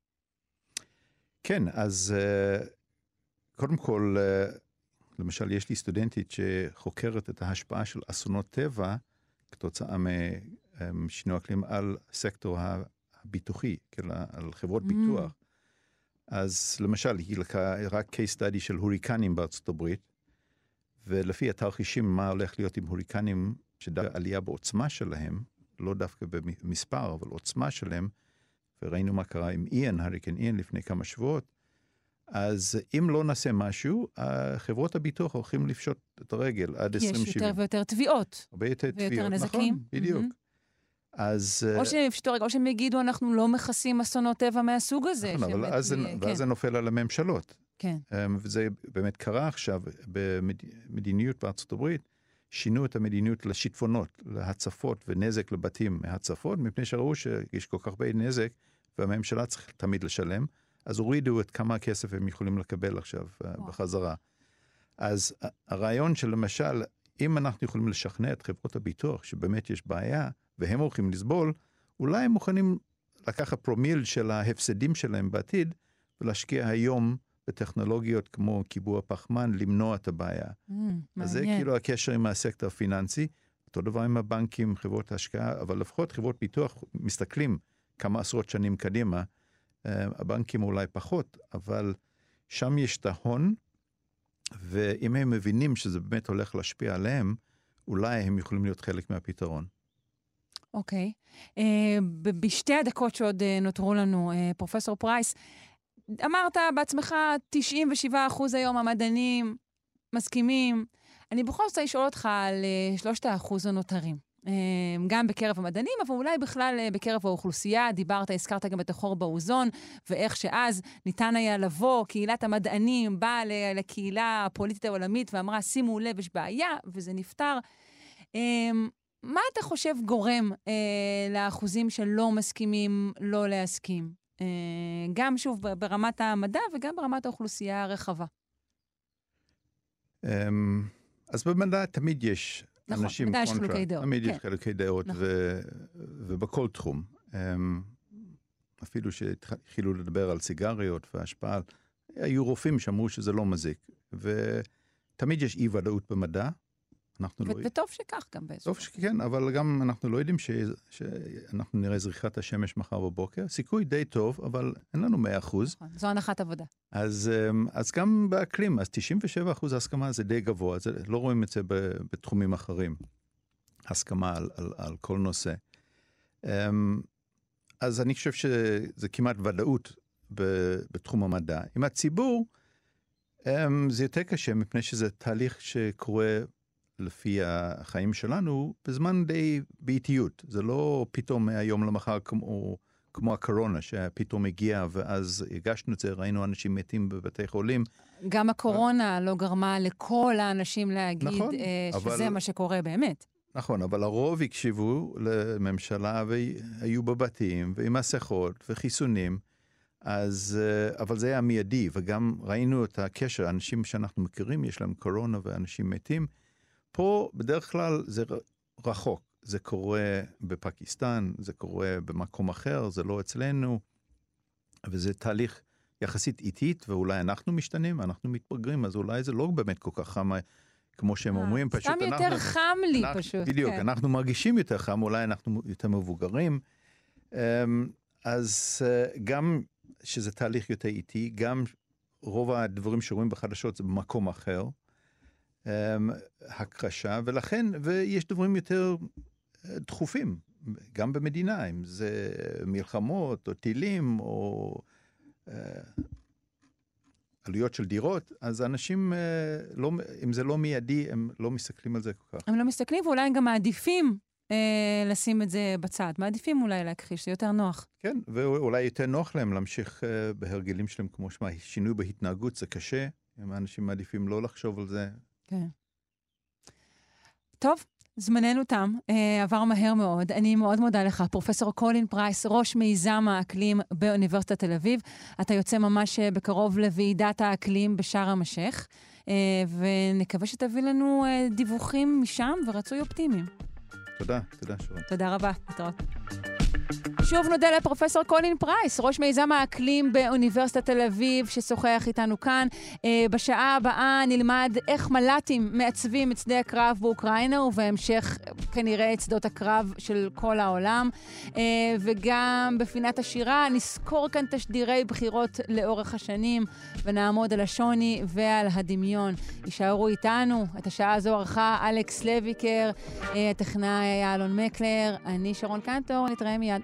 כן, אז קודם כל, למשל, יש לי סטודנטית שחוקרת את ההשפעה של אסונות טבע, כתוצאה משינוי אקלים על סקטור הביטוחי, על חברות ביטוח. אז למשל, היא לקחה רק case study של הוריקנים בארצות הברית, ולפי התרחישים מה הולך להיות עם הוריקנים, שעלייה בעוצמה שלהם, לא דווקא במספר, אבל עוצמה שלהם, וראינו מה קרה עם הוריקן איין לפני כמה שבועות, אז אם לא נעשה משהו, חברות הביטוח הולכים לפשוט את הרגל עד 2070. יש יותר ויותר תביעות. הרבה יותר תביעות, ויותר נזקים. נכון, בדיוק. אז או שהם יפשטו רגע, או שהם יגידו, אנחנו לא מכסים אסונות טבע מהסוג הזה. נכון, אבל אז זה נופל על הממשלות. כן. וזה באמת קרה עכשיו, במדיניות בארצות הברית, שינו את המדיניות לשיטפונות, להצפות ונזק לבתים מהצפות, מפני שראו שיש כל כך הרבה נזק, והממשלה צריך תמיד לשלם, אז הורידו את כמה כסף הם יכולים לקבל עכשיו בחזרה. אז הרעיון של למשל, אם אנחנו יכולים לשכנע את חברות הביטוח, שבאמת יש בעיה, והם הולכים לסבול, אולי הם מוכנים לקחת פרומיל של ההפסדים שלהם בעתיד, ולהשקיע היום בטכנולוגיות כמו קיבוע פחמן, למנוע את הבעיה. אז זה כאילו הקשר עם הסקטור הפיננסי, אותו דבר עם הבנקים, חברות ההשקעה, אבל לפחות חברות ביטוח מסתכלים כמה עשרות שנים קדימה, הבנקים אולי פחות, אבל שם יש את ההון, ואם הם מבינים שזה באמת הולך להשפיע עליהם, אולי הם יכולים להיות חלק מהפתרון. אוקיי. בשתי הדקות שעוד נותרו לנו, פרופסור פרייס, אמרת בעצמך 97% היום המדענים מסכימים. אני בכל זאת לשאול אותך על 3% הנותרים. גם בקרב המדענים, אבל אולי בכלל בקרב האוכלוסייה. הזכרת גם את החור באוזון, ואיך שאז ניתן היה לבוא, קהילת המדענים באה לקהילה הפוליטית העולמית ואמרה, שימו לב, יש בעיה, וזה נפטר. מה אתה חושב גורם לאחוזים שלא מסכימים לא להסכים? גם שוב ברמת המדע וגם ברמת האוכלוסייה הרחבה. אז במדע תמיד יש אנשים קונטרה. נכון, חילוקי דעות. תמיד יש חילוקי דעות, ובכל תחום. אפילו שהתחילו לדבר על סיגריות והשפעה, היו רופאים שאמרו שזה לא מזיק. ותמיד יש אי ודאות במדע, אנחנו לא... וטוב שכך גם באיזשהו. טוב שכן, אבל גם אנחנו לא יודעים שאנחנו נראה זריחת השמש מחר בבוקר. סיכוי די טוב, אבל אין לנו 100%. זו הנחת עבודה. אז גם באקלים, אז 97% הסכמה זה די גבוה, לא רואים את זה בתחומים אחרים. הסכמה על כל נושא. אז אני חושב שזה כמעט ודאות בתחום המדע. עם הציבור, זה יותר קשה, מפני שזה תהליך שקורה לפי החיים שלנו, בזמן די באיטיות. זה לא פתאום מהיום למחר כמו הקורונה, שפתאום הגיע, ואז הגשנו את זה, ראינו אנשים מתים בבתי חולים. גם הקורונה לא גרמה לכל האנשים להגיד נכון, שזה מה שקורה באמת. נכון, אבל הרוב הקשיבו לממשלה והיו בבתים, ועם מסכות וחיסונים, אבל זה היה מיידי, וגם ראינו את הקשר, אנשים שאנחנו מכירים, יש להם קורונה ואנשים מתים, פה בדרך כלל זה רחוק, זה קורה בפקיסטן, זה קורה במקום אחר, זה לא אצלנו, וזה תהליך יחסית איטית, ואולי אנחנו משתנים, אנחנו מתבגרים, אז אולי זה לא באמת כל כך חם, כמו שהם אומרים, פשוט סתם יותר חם לי פשוט. בדיוק, אנחנו מרגישים יותר חם, אולי אנחנו יותר מבוגרים, אז גם שזה תהליך יותר איטי, גם רוב הדברים שרואים בחדשות זה במקום אחר, הקרשה, ולכן, ויש דברים יותר דחופים, גם במדינה, אם זה מלחמות, או טילים, או עלויות של דירות, אז אנשים, אם זה לא מיידי, הם לא מסתכלים על זה כל כך. הם לא מסתכלים, ואולי הם גם מעדיפים לשים את זה בצד. מעדיפים אולי להכחיש, זה יותר נוח. כן, ואולי יותר נוח להם להמשיך בהרגלים שלהם, כמו שינוי בהתנהגות, זה קשה, אם האנשים מעדיפים לא לחשוב על זה. כן. טוב, זמננו תם, עבר מהר מאוד. אני מאוד מודה לך, פרופסור קולין פרייס, ראש מיזם האקלים באוניברסיטת תל אביב. אתה יוצא ממש בקרוב לוועידת האקלים בשארם א-שייח, ונקווה שתביא לנו דיווחים משם ורצוי אופטימיים. תודה שרון. תודה רבה, להתראות. שוב נודה לפרופסור קולין פרייס, ראש מיזם האקלים באוניברסיטת תל אביב, ששוחח איתנו כאן. בשעה הבאה נלמד איך מל"טים מעצבים את שדה הקרב באוקראינה, ובהמשך כנראה את שדות הקרב של כל העולם. וגם בפינת השירה נזכור כאן תשדירי בחירות לאורך השנים, ונעמוד על השוני ועל הדמיון. יישארו איתנו, את השעה הזו ערכה אלכס לויקר, הטכנאי היה אלון מקלר, אני שרון קנטור, נתראה מיד.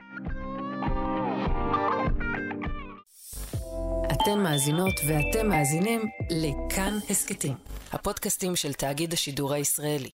אתן מאזינות ואתם מאזינים לכאן הסקטים, הפודקאסטים של תאגיד השידור הישראלי.